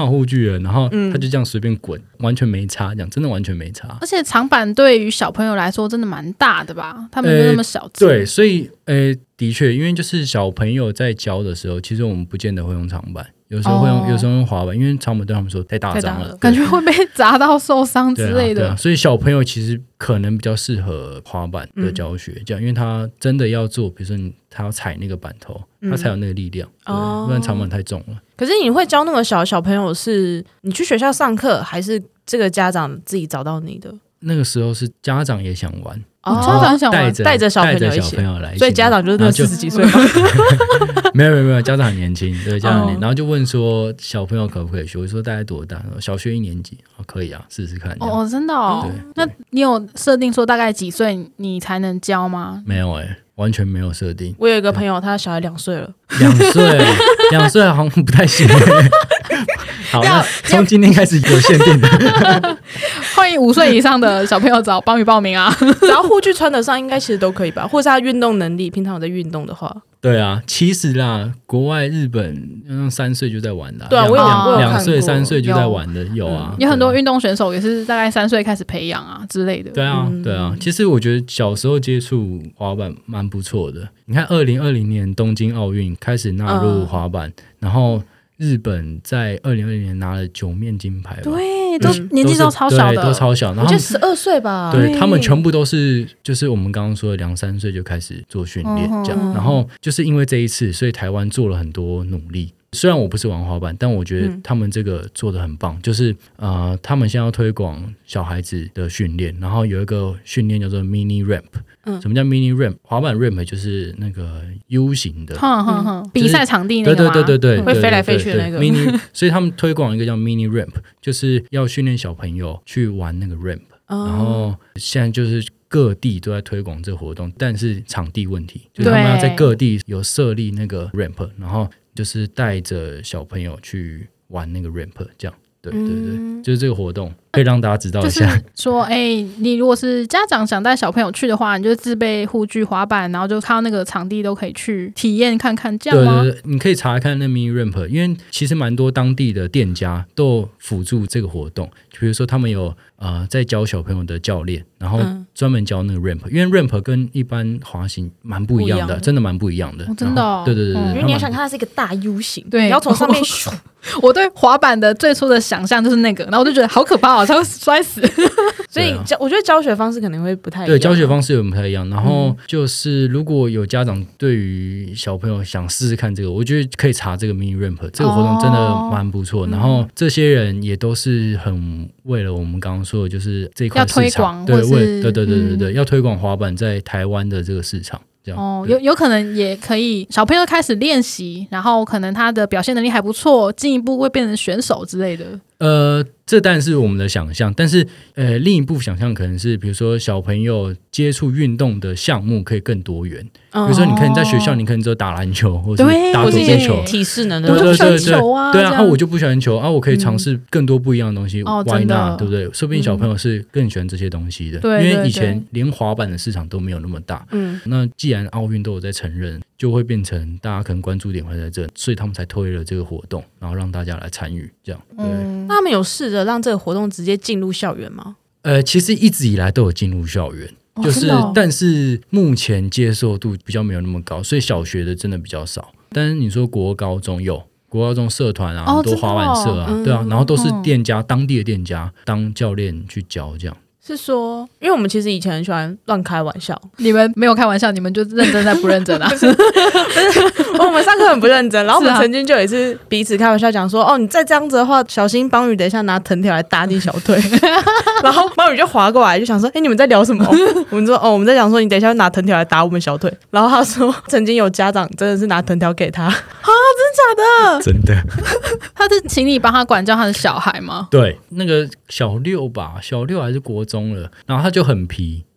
去了，然后他就这样随便滚，完全没差，这样真的完全没差。 而且长板对于小朋友来说真的蛮大的吧？他们就那么小只、 呃。对，所以呃，的确，因为就是小朋友在教的时候，其实我们不见得会用长板。有时候会用，哦、有时候用滑板，因为长板对他们说太大张了， 感觉会被砸到受伤之类的。 对啊对啊，所以小朋友其实可能比较适合滑板的教学，嗯、这样，因为他真的要做，比如说你他要踩那个板头，嗯、他才有那个力量，不然长板太重了。 可是你会教那么小的小朋友是，是你去学校上课，还是这个家长自己找到你的？ 那个时候是家长也想玩。 哦，家长想玩， 带着小朋友一起，所以家长就是那四十几岁吗？ 没有没有没有，家长很年轻，对，家长很年轻，然后就问说小朋友可不可以学？我说大概多大？小学一年级，哦，可以啊，试试看。 哦，真的哦。那你有设定说大概几岁你才能教吗？ 没有哎、欸，完全没有设定。 我有一个朋友，他小孩两岁了， 两岁，两岁好像不太行。好，那从今天开始有限定的。 欢迎五岁以上的小朋友找帮宇报名啊！ 只要护具穿得上，应该其实都可以吧？或是他运动能力，平常有在运动的话。 对啊，其实啦，国外日本像三岁就在玩的、啊， 对啊，我有两岁三岁就在玩的，有啊， 有很多运动选手也是大概三岁开始培养啊之类的。 对啊，对啊，其实我觉得小时候接触滑板蛮不错的。你看，二零二零年东京奥运开始纳入滑板，嗯、然后日本在二零二零年拿了九面金牌吧， 对，都、嗯、年纪都超小的， 都超小，然后我觉得十二岁吧， 对，他们全部都是就是我们刚刚说的两三岁就开始做训练这样，嗯、然后就是因为这一次，所以台湾做了很多努力。虽然我不是玩滑板，但我觉得他们这个做得很棒，嗯、就是呃，他们现在要推广小孩子的训练，然后有一个训练叫做 mini ramp。嗯、什么叫 mini ramp？ 滑板 ramp 就是那个 U 型的， 哼哼哼，就是、比赛场地那个吗？ 对对对对对， 会飞来飞去的那个。 mini， 所以他们推广一个叫 mini ramp， 就是要训练小朋友去玩那个 ramp。哦、然后现在就是各地都在推广这个活动，但是场地问题，就是他们要在各地有设立那个 ramp， 然后就是带着小朋友去玩那个 ramp， 这样。对对对，嗯、就是这个活动可以让大家知道一下。 就是说，哎、欸，你如果是家长想带小朋友去的话，你就自备护具、滑板，然后就看到那个场地都可以去体验看看，这样吗？ 对对对，你可以查看那 mini ramp， 因为其实蛮多当地的店家都有辅助这个活动，比如说他们有呃在教小朋友的教练，然后专门教那个 ramp，、嗯、因为 ramp 跟一般滑行蛮不一样的，的真的蛮不一样的。 哦、真的、哦， 对对对对， 嗯、因为你要想看它是一个大 U 型， 对， 你要从上面咻。 我对滑板的最初的想象就是那个，然后我就觉得好可怕，好像会摔死。 所以教，我觉得教学方式可能会不太一样。 对，教学方式有点不太一样。然后就是如果有家长对于小朋友想试试看这个，我觉得可以查这个 mini ramp， 这个活动真的蛮不错。哦、然后这些人也都是很为了我们刚刚说的，就是这一块市场，对，为对对对对对，嗯、要推广滑板在台湾的这个市场。 哦，有有可能也可以，小朋友开始练习，然后可能他的表现能力还不错，进一步会变成选手之类的。 呃，这当然是我们的想象，但是呃，另一部想象可能是，比如说小朋友接触运动的项目可以更多元。哦、比如说，你可能在学校，你可能只有打篮球，或者打独木球， 体适能的， 对对对对， 对啊，啊我就不喜欢球啊，我可以尝试更多不一样的东西。嗯、Why not？ 对不对？说不定小朋友是更喜欢这些东西的， 嗯、 因为以前连滑板的市场都没有那么大。嗯，那既然奥运都有在承认，就会变成大家可能关注点会在这，所以他们才推了这个活动，然后让大家来参与，这样。对。 嗯、那他们有试着让这个活动直接进入校园吗？ 呃，其实一直以来都有进入校园。就是，哦哦、但是目前接受度比较没有那么高，所以小学的真的比较少。但是你说国高中有，国高中社团啊，很、哦、多滑板社啊，哦、对啊，然后都是店家、嗯、当地的店家当教练去教这样。 是说，因为我们其实以前很喜欢乱开玩笑， 你们没有开玩笑，你们就认真在不认真啊？ 不是，我们上课很不认真，然后我们曾经就有一次彼此开玩笑讲说，哦，你再这样子的话，小心邦宇等一下拿藤条来打你小腿。然后邦宇就滑过来，就想说，哎，你们在聊什么？我们说，哦，我们在讲说你等一下拿藤条来打我们小腿。然后他说，曾经有家长真的是拿藤条给他，啊，真的假的？ 真的。 他是请你帮他管教他的小孩吗？ 对，那个小六吧，小六还是国中了，然后他就很皮，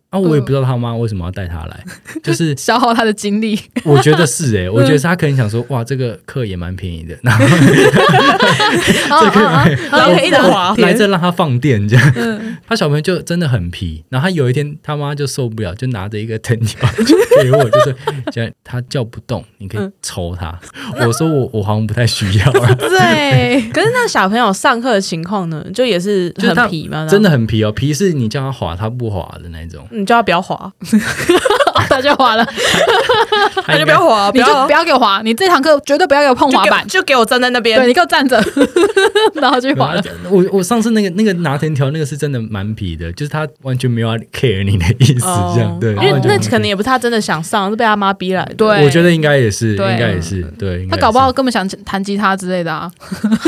啊，我也不知道他妈为什么要带他来，就是消耗他的精力。 我觉得是哎、欸，我觉得是他可能想说，哇，这个课也蛮便宜的，然后这个然后可以一直滑来这让他放电这样。嗯、他小朋友就真的很皮，然后他有一天他妈就受不了，就拿着一个藤条就给我，就说他叫不动，你可以抽他。嗯、我说我我好像不太需要、啊。 对， 可是那小朋友上课的情况呢，就也是很皮吗？ 真的很皮哦，皮是你叫他滑他不滑的那种， 你叫他不要滑。 他就滑了， 他就不要滑， 你就不要给我滑，你这堂课绝对不要给我碰滑板， 就给我站在那边， 对你给我站着，然后就滑了。 我我上次那个那个拿藤条那个是真的蛮皮的，就是他完全没有要 care 你的意思，这样、哦、对， 因为那可能也不是他真的想上，是被他妈逼来的。 对， 我觉得应该也是，应该也是，对， 他搞不好根本想弹吉他之类的啊。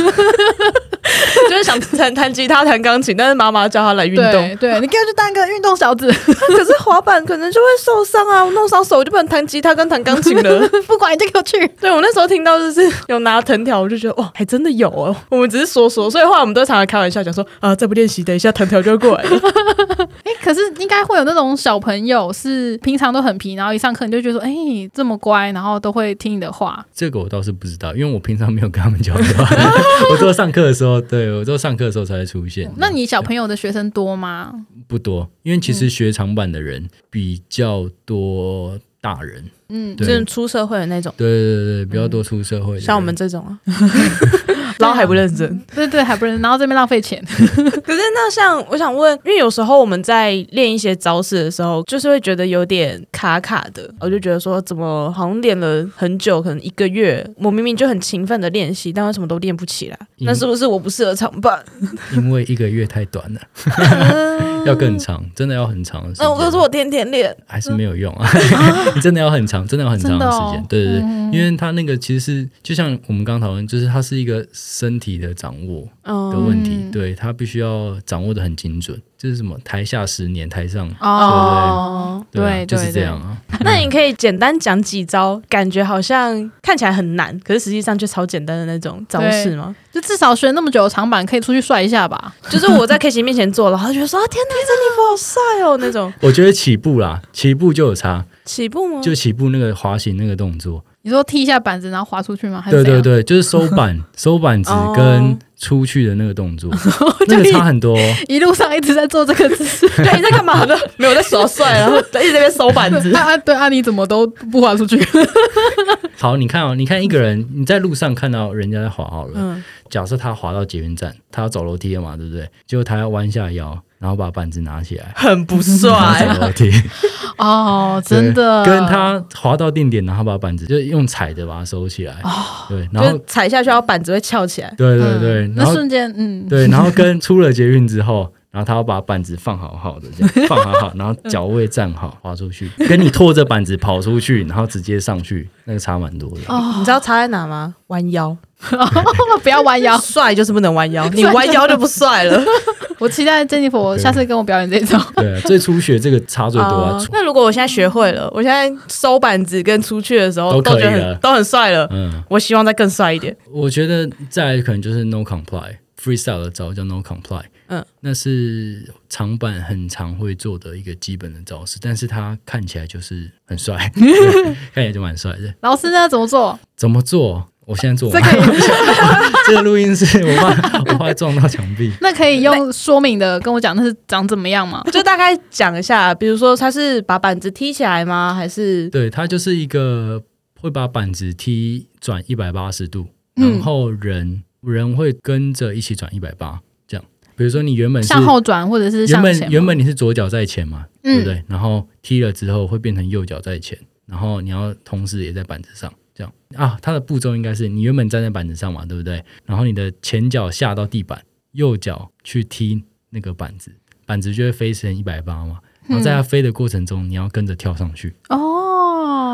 就是想弹弹吉他、弹钢琴，但是妈妈叫他来运动。 对，对你给我去当一个运动小子。 可是滑板可能就会受伤啊，我弄伤手我就不能弹吉他跟弹钢琴了。 不管你就给我去。 对，我那时候听到就是有拿藤条，我就觉得哇，还真的有哦。我们只是说说，所以后来我们都常常开玩笑讲说啊，再不练习，等一下藤条就会过来了。 哎、欸，可是应该会有那种小朋友是平常都很皮，然后一上课你就觉得说，哎、欸，这么乖，然后都会听你的话。 这个我倒是不知道，因为我平常没有跟他们交流。我都上课的时候，对我都上课的时候才会出现。 那你小朋友的学生多吗？ 不多，因为其实学长板的人比较多大人， 嗯，就是出社会的那种。 对对对，比较多出社会的、嗯， 像我们这种啊。然后还不认真， 对对，还不认真，然后这边浪费钱。 可是那像我想问，因为有时候我们在练一些招式的时候，就是会觉得有点卡卡的，我就觉得说怎么好像练了很久，可能一个月，我明明就很勤奋的练习，但为什么都练不起来？那是不是我不适合长板？ 因为一个月太短了，要更长，真的要很长的时间。 那我说我天天练还是没有用啊！你真的要很长，真的要很长的时间。哦、对对对、嗯，因为它那个其实是就像我们刚刚讨论，就是它是一个身体的掌握的问题，嗯、对，它必须要掌握的很精准。就是什么台下十年，台上哦， 对对、啊、对，就是这样啊。 那你可以简单讲几招，感觉好像看起来很难，可是实际上就超简单的那种招式吗？ 就至少学那么久的长板，可以出去帅一下吧。 就是我在 K 奇面前做了，然后觉得说啊，天哪，珍妮佛好帅哦那种。 我觉得起步啦，起步就有差。 起步吗？ 就起步那个滑行那个动作。 你说踢一下板子然后滑出去吗？还是对对对，就是收板收板子跟出去的那个动作，哦、那个差很多、哦。 一路上一直在做这个姿势， 对，你在干嘛呢？没有在耍帅，然后一直在那边收板子。 啊对啊，你怎么都不滑出去？ 好，你看哦，你看一个人，你在路上看到人家在滑好了，嗯、假设他滑到捷运站，他要走楼梯了嘛，对不对？结果他要弯下腰，然后把板子拿起来， 很不帅。 走楼梯哦，真的。 跟他滑到定点，然后把板子就用踩的把它收起来，哦、对，然后踩下去，然后板子会翘起来。 对对对，嗯、 那瞬间，嗯， 对，然后跟出了捷运之后。然后他要把板子放好好的，这样放好好，然后脚位站好，滑出去，跟你拖着板子跑出去，然后直接上去，那个差蛮多的。 哦，你知道差在哪吗？弯腰， 不要弯腰， 帅就是不能弯腰，你弯腰就不帅了。 我期待珍妮佛下次跟我表演这种。 对，最初学这个差最多啊。 uh, 那如果我现在学会了，我现在收板子跟出去的时候都可以了， 都觉得很都很帅了。嗯，我希望再更帅一点。 我觉得再来可能就是 no comply。freestyle 的招叫 no comply， 嗯，那是长板很常会做的一个基本的招式，但是他看起来就是很帅，看起来就蛮帅的。 老师呢怎么做？ 怎么做？我现在做，这可以。这个录音室我怕我怕撞到墙壁。 那可以用说明的跟我讲那是长怎么样吗？ 就大概讲一下，比如说他是把板子踢起来吗？还是对，他就是一个会把板子踢转一百八十度，然后人。嗯人会跟着一起转一百八十，这样。比如说你原本是向后转，或者是向前。 原本原本你是左脚在前嘛，嗯、对不对？然后踢了之后会变成右脚在前，然后你要同时也在板子上，这样啊。它的步骤应该是你原本站在板子上嘛，对不对？然后你的前脚下到地板，右脚去踢那个板子，板子就会飞成一百八十嘛。然后在它飞的过程中，你要跟着跳上去。 哦。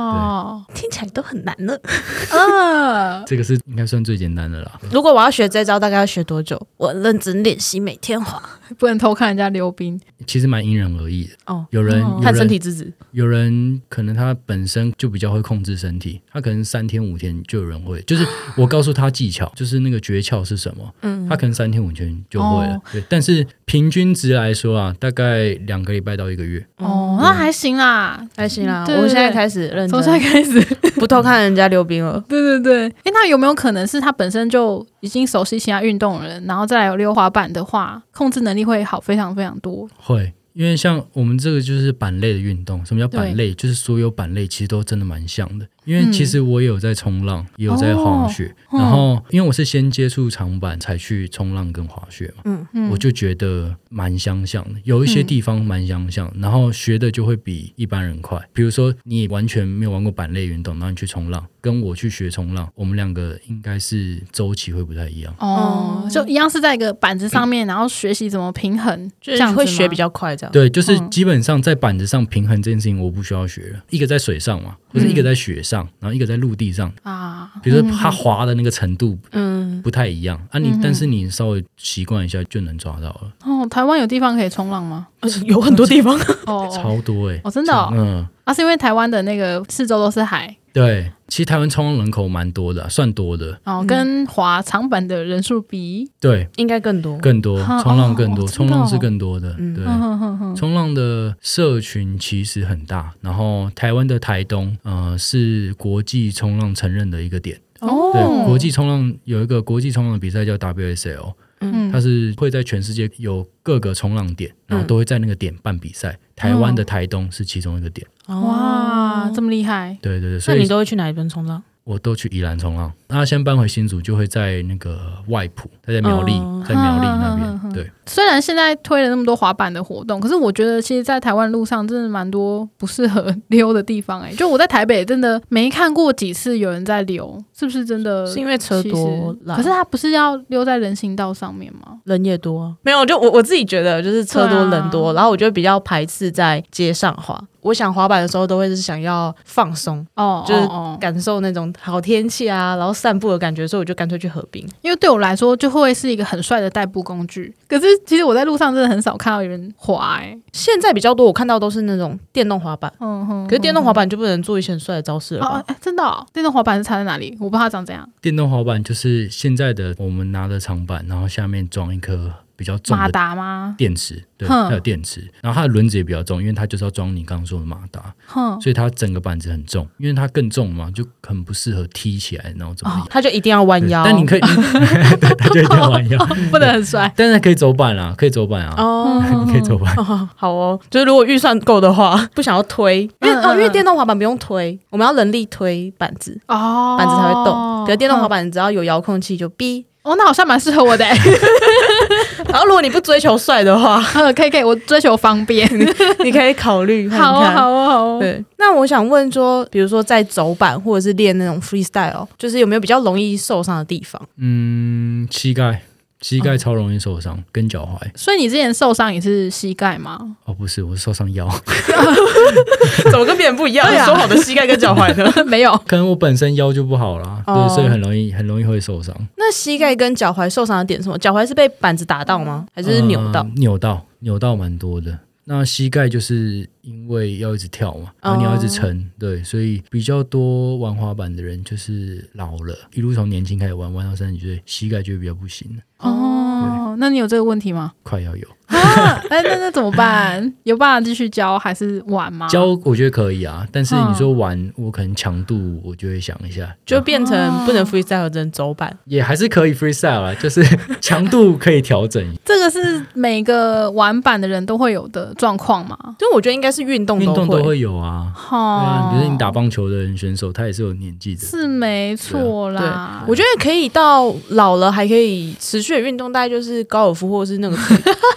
哦， 听起来都很难了。 嗯， 这个是应该算最简单的啦。 如果我要学这招，大概要学多久？我认真练习，每天滑。 不能偷看人家溜冰。 其实蛮因人而异的哦。 有人、 哦、 有人看身体资质， 有人可能他本身就比较会控制身体，他可能三天五天就有人会，就是我告诉他技巧，就是那个诀窍是什么，嗯，他可能三天五天就会了。哦、对，但是平均值来说啊，大概两个礼拜到一个月。 哦，那还行啦， 还行啦。我现在开始认真， 从现在开始不偷看人家溜冰了。 对对对，哎，那有没有可能是他本身就已经熟悉其他运动的人，然后再来有溜滑板的话，控制能力会好非常非常多？ 会。因为像我们这个就是板类的运动，什么叫板类？就是所有板类其实都真的蛮像的。因为其实我也有在冲浪，嗯、也有在滑雪，哦、然后因为我是先接触长板才去冲浪跟滑雪嘛，嗯嗯，我就觉得蛮相像的，有一些地方蛮相像，嗯、然后学的就会比一般人快。比如说你完全没有玩过板类运动，然后你去冲浪，跟我去学冲浪，我们两个应该是周期会不太一样。 哦，就一样是在一个板子上面，嗯、然后学习怎么平衡， 就是会学比较快这样。 对，就是基本上在板子上平衡这件事情我不需要学了，一个在水上嘛，或是一个在雪上。然后一个在陆地上啊，比如说它滑的那个程度，嗯，不太一样、嗯、啊你，你但是你稍微习惯一下就能抓到了。 哦，台湾有地方可以冲浪吗？ 有很多地方， 哦， 超多哎、欸， 哦，真的、哦， 嗯， 啊，是因为台湾的那个四周都是海。 对，其实台湾冲浪人口蛮多的、啊，算多的。 哦，跟滑长板的人数比， 对， 应该更多， 更多，冲浪更多， 哦、 冲浪是更多的。 嗯、 对， 嗯、 冲浪的社群其实很大。然后台湾的台东，呃，是国际冲浪承认的一个点。 哦， 对，国际冲浪有一个国际冲浪比赛叫 W S L。嗯，它是会在全世界有各个冲浪点，然后都会在那个点办比赛。嗯、台湾的台东是其中一个点。 哇，这么厉害！ 对对对，所以那你都会去哪一边冲浪？ 我都去宜兰冲浪。那先搬回新竹，就会在那个外埔，他在苗栗，哦、在苗栗那边。嗯、对， 虽然现在推了那么多滑板的活动，可是我觉得其实，在台湾路上真的蛮多不适合溜的地方、欸。哎，就我在台北真的没看过几次有人在溜，是不是真的？ 是因为车多啦？ 可是他不是要溜在人行道上面吗？ 人也多、啊，没有，就我我自己觉得就是车多人多，啊、然后我就比较排斥在街上滑。我想滑板的时候都会是想要放松哦，就是感受那种好天气啊，然后散步的感觉，所以我就干脆去河滨。 因为对我来说就会是一个很帅的代步工具。可是其实我在路上真的很少看到有人滑、欸，现在比较多我看到都是那种电动滑板。嗯哼，可是电动滑板就不能做一些很帅的招式了吧？ 哦，真的、哦，电动滑板是差在哪里？我不知道它长怎样。 电动滑板就是现在的我们拿的长板，然后下面装一颗比较重的马达吗？ 电池，对，它有电池，然后它的轮子也比较重，因为它就是要装你刚刚说的马达，所以它整个板子很重，因为它更重嘛，就很不适合踢起来，然后怎么样？ 哦、它就一定要弯腰， 但你可以，对，它就一定要弯腰， 不能很帅， 但是可以走板啊，可以走板啊，哦，你可以走板、 哦，好哦，就是如果预算够的话，不想要推，因为、嗯嗯、哦，因为电动滑板不用推，我们要人力推板子，哦，板子才会动，可是电动滑板只要有遥控器就哔。 哦，那好像蛮适合我的、欸。 然后，如果你不追求帅的话， 可以可以，我追求方便， 你可以考虑看看。 好啊好啊好啊。 对，那我想问说，比如说在走板或者是练那种 freestyle， 就是有没有比较容易受伤的地方？ 嗯，膝盖。膝盖超容易受伤，哦、跟脚踝。 所以你之前受伤也是膝盖吗？ 哦，不是，我是受伤腰。 怎么跟别人不一样？啊、说好的膝盖跟脚踝呢？ 没有， 可能我本身腰就不好啦，哦、对，所以很容易很容易会受伤。 那膝盖跟脚踝受伤的点是什么？脚踝是被板子打到吗？还是扭到？ 呃、扭到，扭到蛮多的。那膝盖就是因为要一直跳嘛，然后你要一直撑， oh. 对，所以比较多玩滑板的人就是老了，一路从年轻开始玩，玩到三十岁，膝盖就会比较不行了。 哦，那你有这个问题吗？ 快要有。 啊，哎，那那怎么办？有办法继续教还是玩吗？ 教我觉得可以啊，但是你说玩，嗯、我可能强度我就会想一下， 就变成不能 freestyle 只能走板， 也还是可以 freestyle 啊，就是强度可以调整。 这个是每个玩板的人都会有的状况吗？ 就我觉得应该是运动运动都会有啊。哦、对啊，比如说你打棒球的人选手，他也是有年纪的， 是没错啦。 啊、对，我觉得可以到老了还可以持续的运动，大概就是高尔夫或者是那个锤球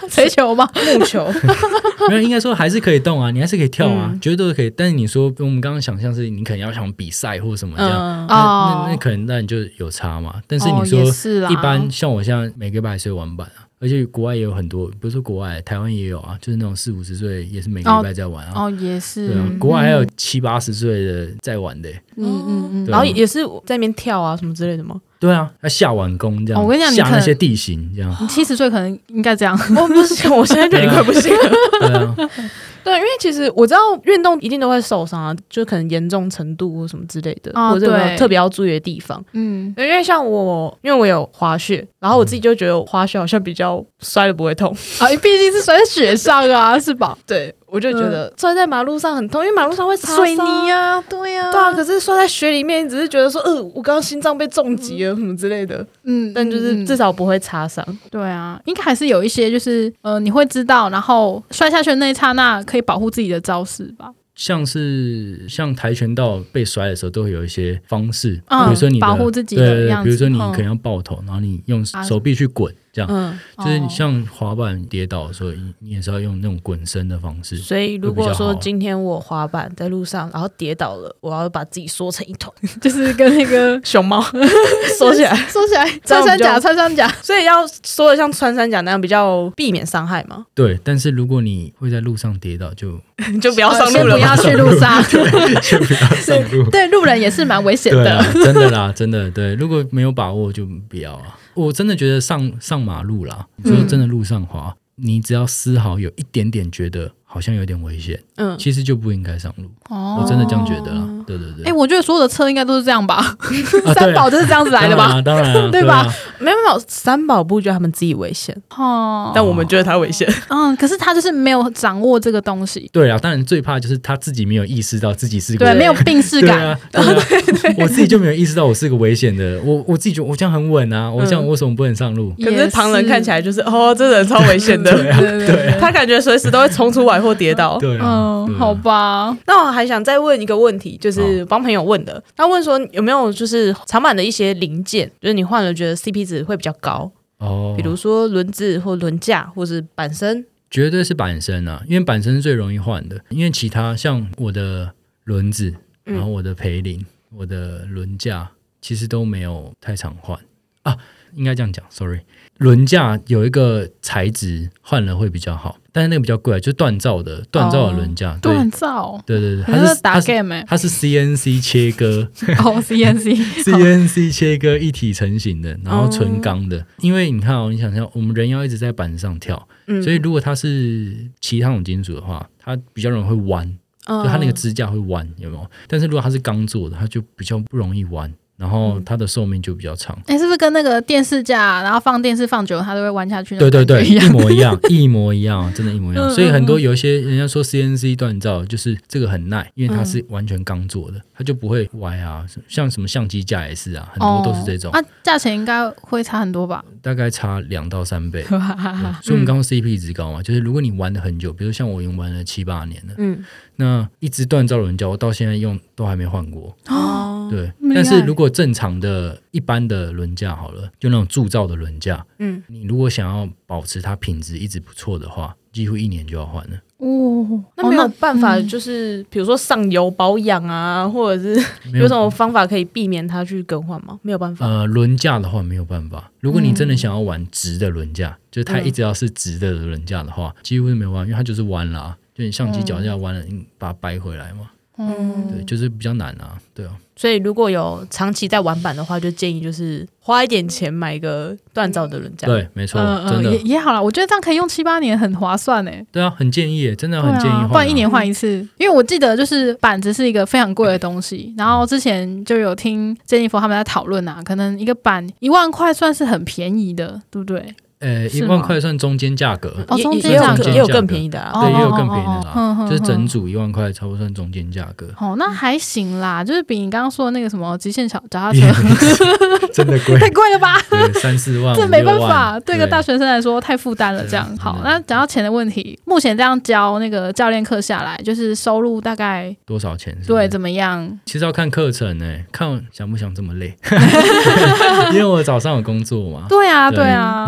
球吗？ 木球没有，应该说还是可以动啊，你还是可以跳啊， 嗯、 绝对都可以。但是你说我们刚刚想象是你可能要想比赛或什么这样， 嗯、 那那那可能那你就有差嘛。但是你说、 哦、 一般像我现在每个礼拜还是会玩板啊。而且国外也有很多，不是说国外，台湾也有啊，就是那种四五十岁也是每个礼拜在玩啊。 哦，哦也是。 对啊，国外还有七八十岁的在玩的、欸。 嗯嗯嗯。 然后也是在那边跳啊什么之类的吗？ 对啊，要下碗弓这样。 哦、我跟你讲， 下那些地形这样。 你七十岁可能应该这样。 我不是，我现在觉得你快不行了。 对啊。 对，因为其实我知道运动一定都会受伤啊，就可能严重程度或什么之类的， 哦、 或者有特别要注意的地方。嗯，因为像我，因为我有滑雪，然后我自己就觉得我滑雪好像比较摔了不会痛啊，毕竟是摔在雪上啊，是吧？ 对。我就觉得摔在马路上很痛，因为马路上会擦水泥啊，对啊， 对啊。可是摔在雪里面，只是觉得说，呃，我刚刚心脏被重击了什么之类的，嗯，但就是至少不会擦伤。 对啊，应该还是有一些，就是呃，你会知道，然后摔下去的那一刹那可以保护自己的招式吧。 像是像跆拳道被摔的时候，都会有一些方式， 嗯、 比如说你的保护自己的样子， 对，比如说你可能要抱头，嗯、然后你用手臂去滚。这样，嗯，就是像滑板跌倒的时候，你也是要用那种滚身的方式。 所以如果说今天我滑板在路上，然后跌倒了，我要把自己缩成一团， 就是跟那个熊猫缩起来， 缩起来，穿山甲，穿山甲。 所以要缩的像穿山甲那样，比较避免伤害嘛。 对，但是如果你会在路上跌倒，就就不要上路了， 不要去路上， 就不要上路。 对，路人也是蛮危险的， 真的啦，真的对。如果没有把握，就不要啊。我真的觉得上上马路啦，你说真的路上滑，嗯、你只要丝毫有一点点觉得好像有点危险，嗯，其实就不应该上路。哦，我真的这样觉得啦。对对对。 哎、欸，我觉得所有的车应该都是这样吧？啊、三宝就是这样子来的吧？ 当然、啊，当然、啊， 对吧？ 没有没有，三宝不觉得他们自己危险，哦，但我们觉得他危险。 嗯，可是他就是没有掌握这个东西。 对啊，当然最怕就是他自己没有意识到自己是个对，没有病识感。 对啊，对啊对对我自己就没有意识到我是个危险的，我我自己觉得我这样很稳啊，我这样为什么不能上路？ 可是旁人看起来就是哦，这人超危险的， 对啊，对啊， 他感觉随时都会冲出来或跌倒。 对啊， 嗯， 对啊好吧。 那我还想再问一个问题，就是帮朋友问的，他问说有没有就是长板的一些零件，就是你换了觉得 C P 值会比较高。哦，比如说轮子或轮架或是板身， 绝对是板身啊，因为板身是最容易换的，因为其他像我的轮子，然后我的培林、嗯、我的轮架其实都没有太常换啊，应该这样讲 ，sorry， 轮架有一个材质换了会比较好，但是那个比较贵，就锻造的锻造的轮架， 锻造， 对对对， 它是打 game 哎， 它是 C N C 切割， 哦 C N C C N C 切割一体成型的，然后纯钢的，因为你看哦，你想想，我们人要一直在板上跳，嗯、所以如果它是其他种金属的话，它比较容易会弯，就它那个支架会弯，有没有？但是如果它是钢做的，它就比较不容易弯。然后它的寿命就比较长。 哎、欸，是不是跟那个电视架，然后放电视放久了，它都会弯下去？ 对对对，一模一样，一模一样，真的，一模一样。所以很多有一些人家说 C N C 锻造，就是这个很耐，因为它是完全钢做的，它就不会歪啊。像什么相机架也是啊，很多都是这种。 那、哦啊、价钱应该会差很多吧？ 大概差两到三倍。所以我们刚刚 C P 值高嘛，就是如果你玩的很久，比如像我已经玩了七八年了，嗯，那一支锻造轮架我到现在用都还没换过。哦，对，但是如果正常的一般的轮架好了，就那种铸造的轮架，嗯，你如果想要保持它品质一直不错的话，几乎一年就要换了。 哦，那没有办法，就是比如说上油保养啊，或者是有什么方法可以避免它去更换吗？没有办法。 呃，轮架的话没有办法。如果你真的想要玩直的轮架，嗯、就是它一直要是直的轮架的话，几乎是没有办法，因为它就是弯啦、啊，就你相机脚架弯了，你把它掰回来嘛。嗯，对，就是比较难啊，对啊。 所以如果有长期在玩板的话，就建议就是花一点钱买一个锻造的轮架。 对，没错，嗯、真的、 呃、也, 也好啦，我觉得这样可以用七八年，很划算哎。 对啊，很建议，真的很建议换、啊啊， 不然一年换一次。因为我记得就是板子是一个非常贵的东西，然后之前就有听 Jennifer 他们在讨论啊，可能一个板一万块算是很便宜的，对不对？ 呃，一万块算中间价格， 哦，中间价格也有更便宜的啊， 对，也有更便宜的啦，哦哦哦哦就是整组一万块，差不多算中间价格。 哦，那还行啦，就是比你刚刚说的那个什么极限小脚踏车真的贵， 太贵了吧？ 对，三四万， 这没办法，对个大学生来说太负担了。这样好，那讲到钱的问题，目前这样教那个教练课下来，就是收入大概多少钱是不是？ 对，怎么样？ 其实要看课程诶、欸，看想不想这么累，因为我早上有工作嘛。 对啊，对啊， 然后。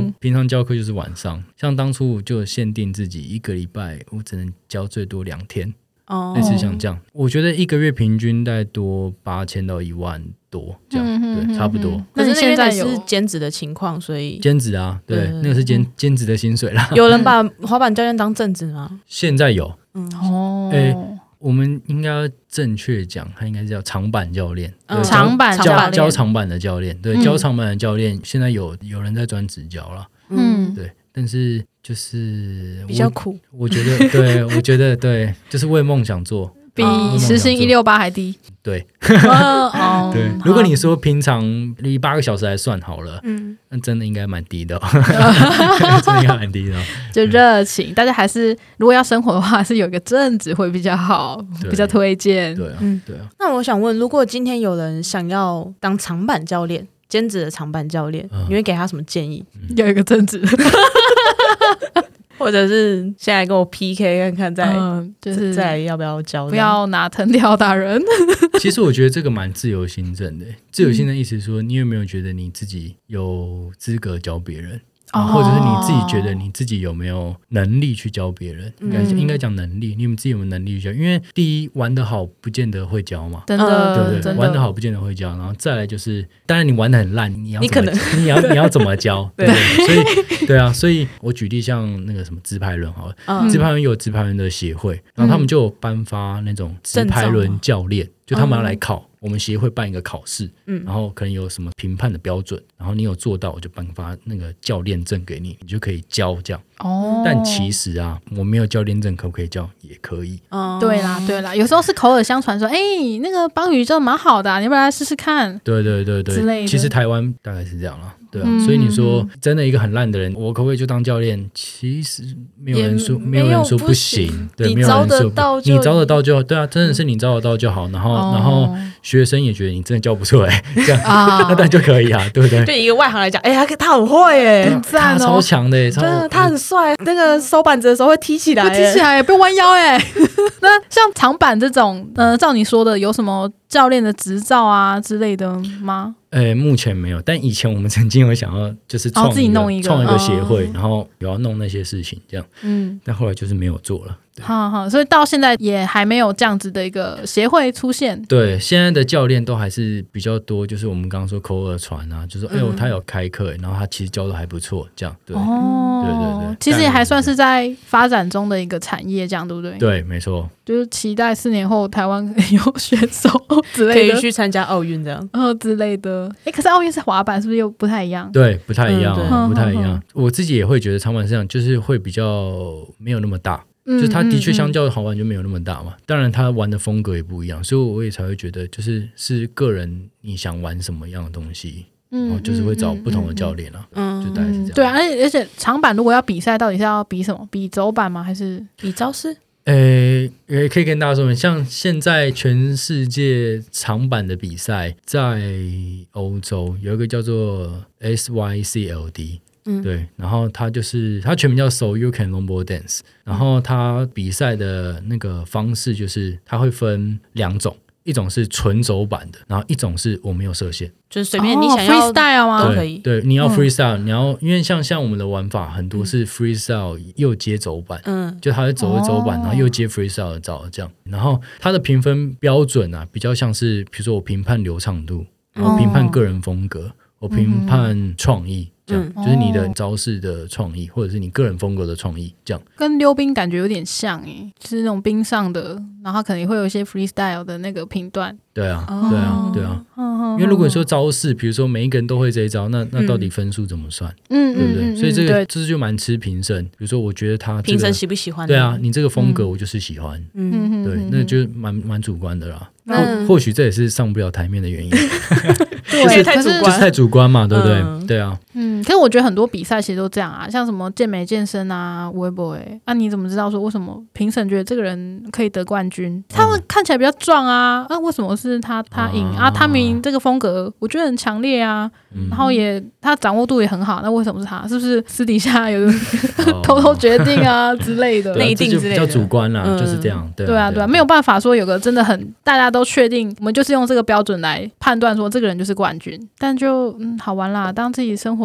常平常教课就是晚上，像当初我就限定自己一个礼拜我只能教最多两天，哦，类似像这样，我觉得一个月平均大概多八千到一万多这样，嗯、对，差不多。 可是现在是兼职的情况，所以兼职啊，对，对那个是兼兼职的薪水啦。 有人把滑板教练当正职吗？ 现在有， 嗯哦， 哎、欸，我们应该要正确讲，他应该是叫长板教练， 嗯、长板教教长板的教练，对，嗯、教长板的教练，现在有有人在专职教了，嗯，对，但是就是比较苦， 我, 我觉得，对，我觉得对，就是为梦想做。 比时薪一六八还低， 对， 哦、 对。如果你说平常以八个小时来算好了，嗯，那真的应该蛮低的、哦，真的应该蛮低的、哦。 就热情，大家还是如果要生活的话，是有一个正职会比较好，比较推荐。 对啊，嗯，对啊。 那我想问，如果今天有人想要当长板教练，兼职的长板教练，嗯、你会给他什么建议？ 嗯、有一个正职。 或者是现在跟我 P K 看看再、 嗯、就是再要不要教， 不要拿藤条打人。 其实我觉得这个蛮自由心证的，自由心证意思是说，你有没有觉得你自己有资格教别人？哦、或者是你自己觉得你自己有没有能力去教别人？应该、嗯、应该讲能力，你们自己有没有能力去教？因为第一，玩得好不见得会教嘛， 真的， 对不对？玩得好不见得会教，然后再来就是，当然你玩得很烂，你要怎么你可能你要你要怎么教？对不对？所以对啊，所以我举例像那个什么直排轮好了，嗯、直排轮有直排轮的协会，然后他们就有颁发那种直排轮教练，就他们要来考。我们协会办一个考试，嗯，然后可能有什么评判的标准，然后你有做到，我就颁发那个教练证给你，你就可以教这样。哦，但其实啊，我没有教练证，可不可以教？也可以。 哦，对啦，对啦，有时候是口耳相传说，哎、欸，那个邦宇真的蛮好的、啊，你要不要来试试看？ 对对对对，之类的。其实台湾大概是这样啦。对啊，嗯、所以你说真的一个很烂的人，我可不可以就当教练？其实没有人说，没有人说不行，对，没有人说不，你招得到就好，对啊，真的是你招得到就好。然后，哦、然后学生也觉得你真的教不出来，这样、啊、那当然就可以啊，对不对？ 对一个外行来讲，哎、欸，他他很会哎， 很赞哦， 超强的，真的，他很帅。那个收板子的时候会踢起来， 会踢起来，不弯腰哎。那像长板这种，呃，照你说的，有什么教练的执照啊之类的吗？ 呃，目前没有，但以前我们曾经有想要就是创、哦、 自己弄一个创一个协会，哦、然后有要弄那些事情这样，嗯，但后来就是没有做了。 好好，所以到现在也还没有这样子的一个协会出现。 对，现在的教练都还是比较多，就是我们刚刚说口耳传啊，就是哎呦、嗯、他有开课，然后他其实教的还不错，这样对，哦、对对对， 其实也还算是在发展中的一个产业，这样对不对？ 对，没错。 就是期待四年后台湾有选手之类的， 可以去参加奥运这样， 哦之类的。哎，可是奥运是滑板，是不是又不太一样？ 对，不太一样、哦嗯，不太一样。嗯、我自己也会觉得长板这样，就是会比较没有那么大。就是他的确相较滑板就没有那么大嘛，嗯嗯嗯，当然他玩的风格也不一样，所以我也才会觉得就是是个人你想玩什么样的东西，嗯、然后就是会找不同的教练啊，嗯、就大概是这样。 对啊，而且而且长板如果要比赛，到底是要比什么？比走板吗？还是比招式？ 诶，也可以跟大家说明，像现在全世界长板的比赛，在欧洲有一个叫做 S Y C L D。嗯、对，然后他就是他全名叫 So You Can Longboard Dance， 然后他比赛的那个方式就是他会分两种，一种是纯走板的，然后一种是我没有设限， 就是随便你想要、 哦、freestyle 吗？ 都可以。 对，你要 freestyle，、嗯、你要因为像像我们的玩法很多是 freestyle 又接走板，嗯，就他会走一走板，哦、然后又接 freestyle 的照这样，然后他的评分标准啊，比较像是比如说我评判流畅度，然后评判个人风格，哦、我评判创意。这样、嗯、就是你的招式的创意，或者是你个人风格的创意，这样跟溜冰感觉有点像诶，就是那种冰上的，然后可能会有一些 freestyle 的那个评断。 对啊，哦、对啊，对啊。哦、因为如果你说招式，比如说每一个人都会这一招，那那到底分数怎么算？嗯，对不对？嗯、所以这个这就蛮吃评审。比如说，我觉得他、这个、 评审喜不喜欢？ 对啊，你这个风格我就是喜欢。嗯，对，那就蛮蛮主观的啦。或或许这也是上不了台面的原因。 对， 就是太主观， 就是太主观嘛，对不对？嗯、对啊， 嗯，可是我觉得很多比赛其实都这样啊，像什么健美健身啊、微博哎，啊，你怎么知道说为什么评审觉得这个人可以得冠军？他们看起来比较壮啊，啊，为什么是他他赢啊？他明明这个风格我觉得很强烈啊，嗯、然后也他掌握度也很好，那为什么是他？是不是私底下有偷偷决定啊之类的？ 内定之类的， 比较主观啦，嗯、就是这样。对啊， 对啊，对啊，没有办法说有个真的很大家都确定，我们就是用这个标准来判断说这个人就是冠军，但就嗯好玩啦，当自己生活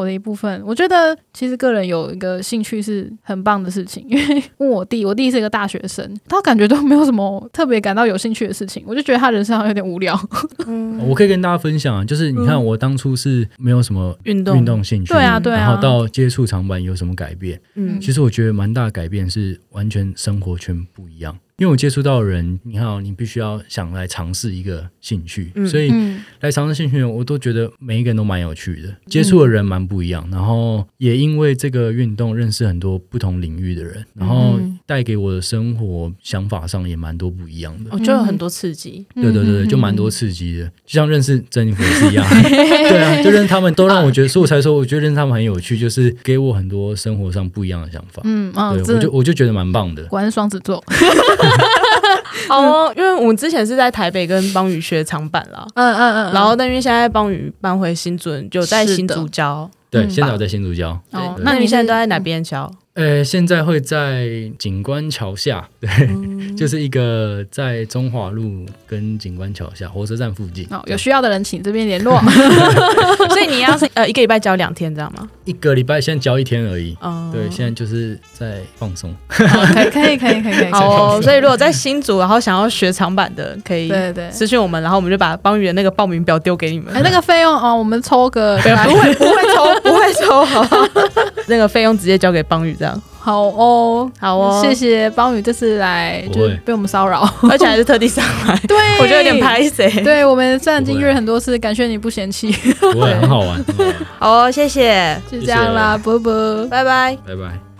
活的一部分。我觉得其实个人有一个兴趣是很棒的事情，因为问我弟，我弟是一个大学生，他感觉都没有什么特别感到有兴趣的事情，我就觉得他人生好像有点无聊。 嗯、我可以跟大家分享啊，就是你看我当初是没有什么运动运动兴趣， 对啊对啊， 然后到接触长板有什么改变？嗯，其实我觉得蛮大的改变是完全生活圈不一样。因为我接触到的人，你看、哦、你必须要想来尝试一个兴趣、嗯、所以来尝试兴趣我都觉得每一个人都蛮有趣的，接触的人蛮不一样、嗯、然后也因为这个运动认识很多不同领域的人，然后带给我的生活想法上也蛮多不一样的， 我、哦、就有很多刺激、 嗯、对对对，就蛮多刺激的，就像认识珍妮弗也是一样对啊，就认识他们都让我觉得，所以我才说我觉得认识他们很有趣，就是给我很多生活上不一样的想法。嗯，哦、对，我就我就觉得蛮棒的， 果然是双子座好哦，因为我们之前是在台北跟邦宇学长板啦， 嗯嗯嗯， 然后但因为现在邦宇搬回新竹，就在新竹教， 对，现在我在新竹教。 哦，那你现在都在哪边教？ 呃，现在会在景观桥下，对、嗯，就是一个在中华路跟景观桥下火车站附近。 哦，有需要的人请这边联络。 所以你要是呃一个礼拜教两天，这样吗？ 一个礼拜现在教一天而已。哦，对，现在就是在放松。 哦、可以可以可以可以可以。 好、哦，所以如果在新竹，然后想要学长板的，可以对对私讯我们，然后我们就把邦宇的那个报名表丢给你们。 哎，那个费用哦，我们抽个不会不会抽不会抽，好不好？那个费用直接交给邦宇。 好哦， 好哦， 谢谢邦宇这次来就是被我们骚扰， 而且还是特地上来， 对， 我觉得有点拍谁。 对，我们虽然已经约很多次，感谢你不嫌弃， 不会，很好玩。 好哦，谢谢， 就这样啦，啵啵， 拜拜， 拜拜。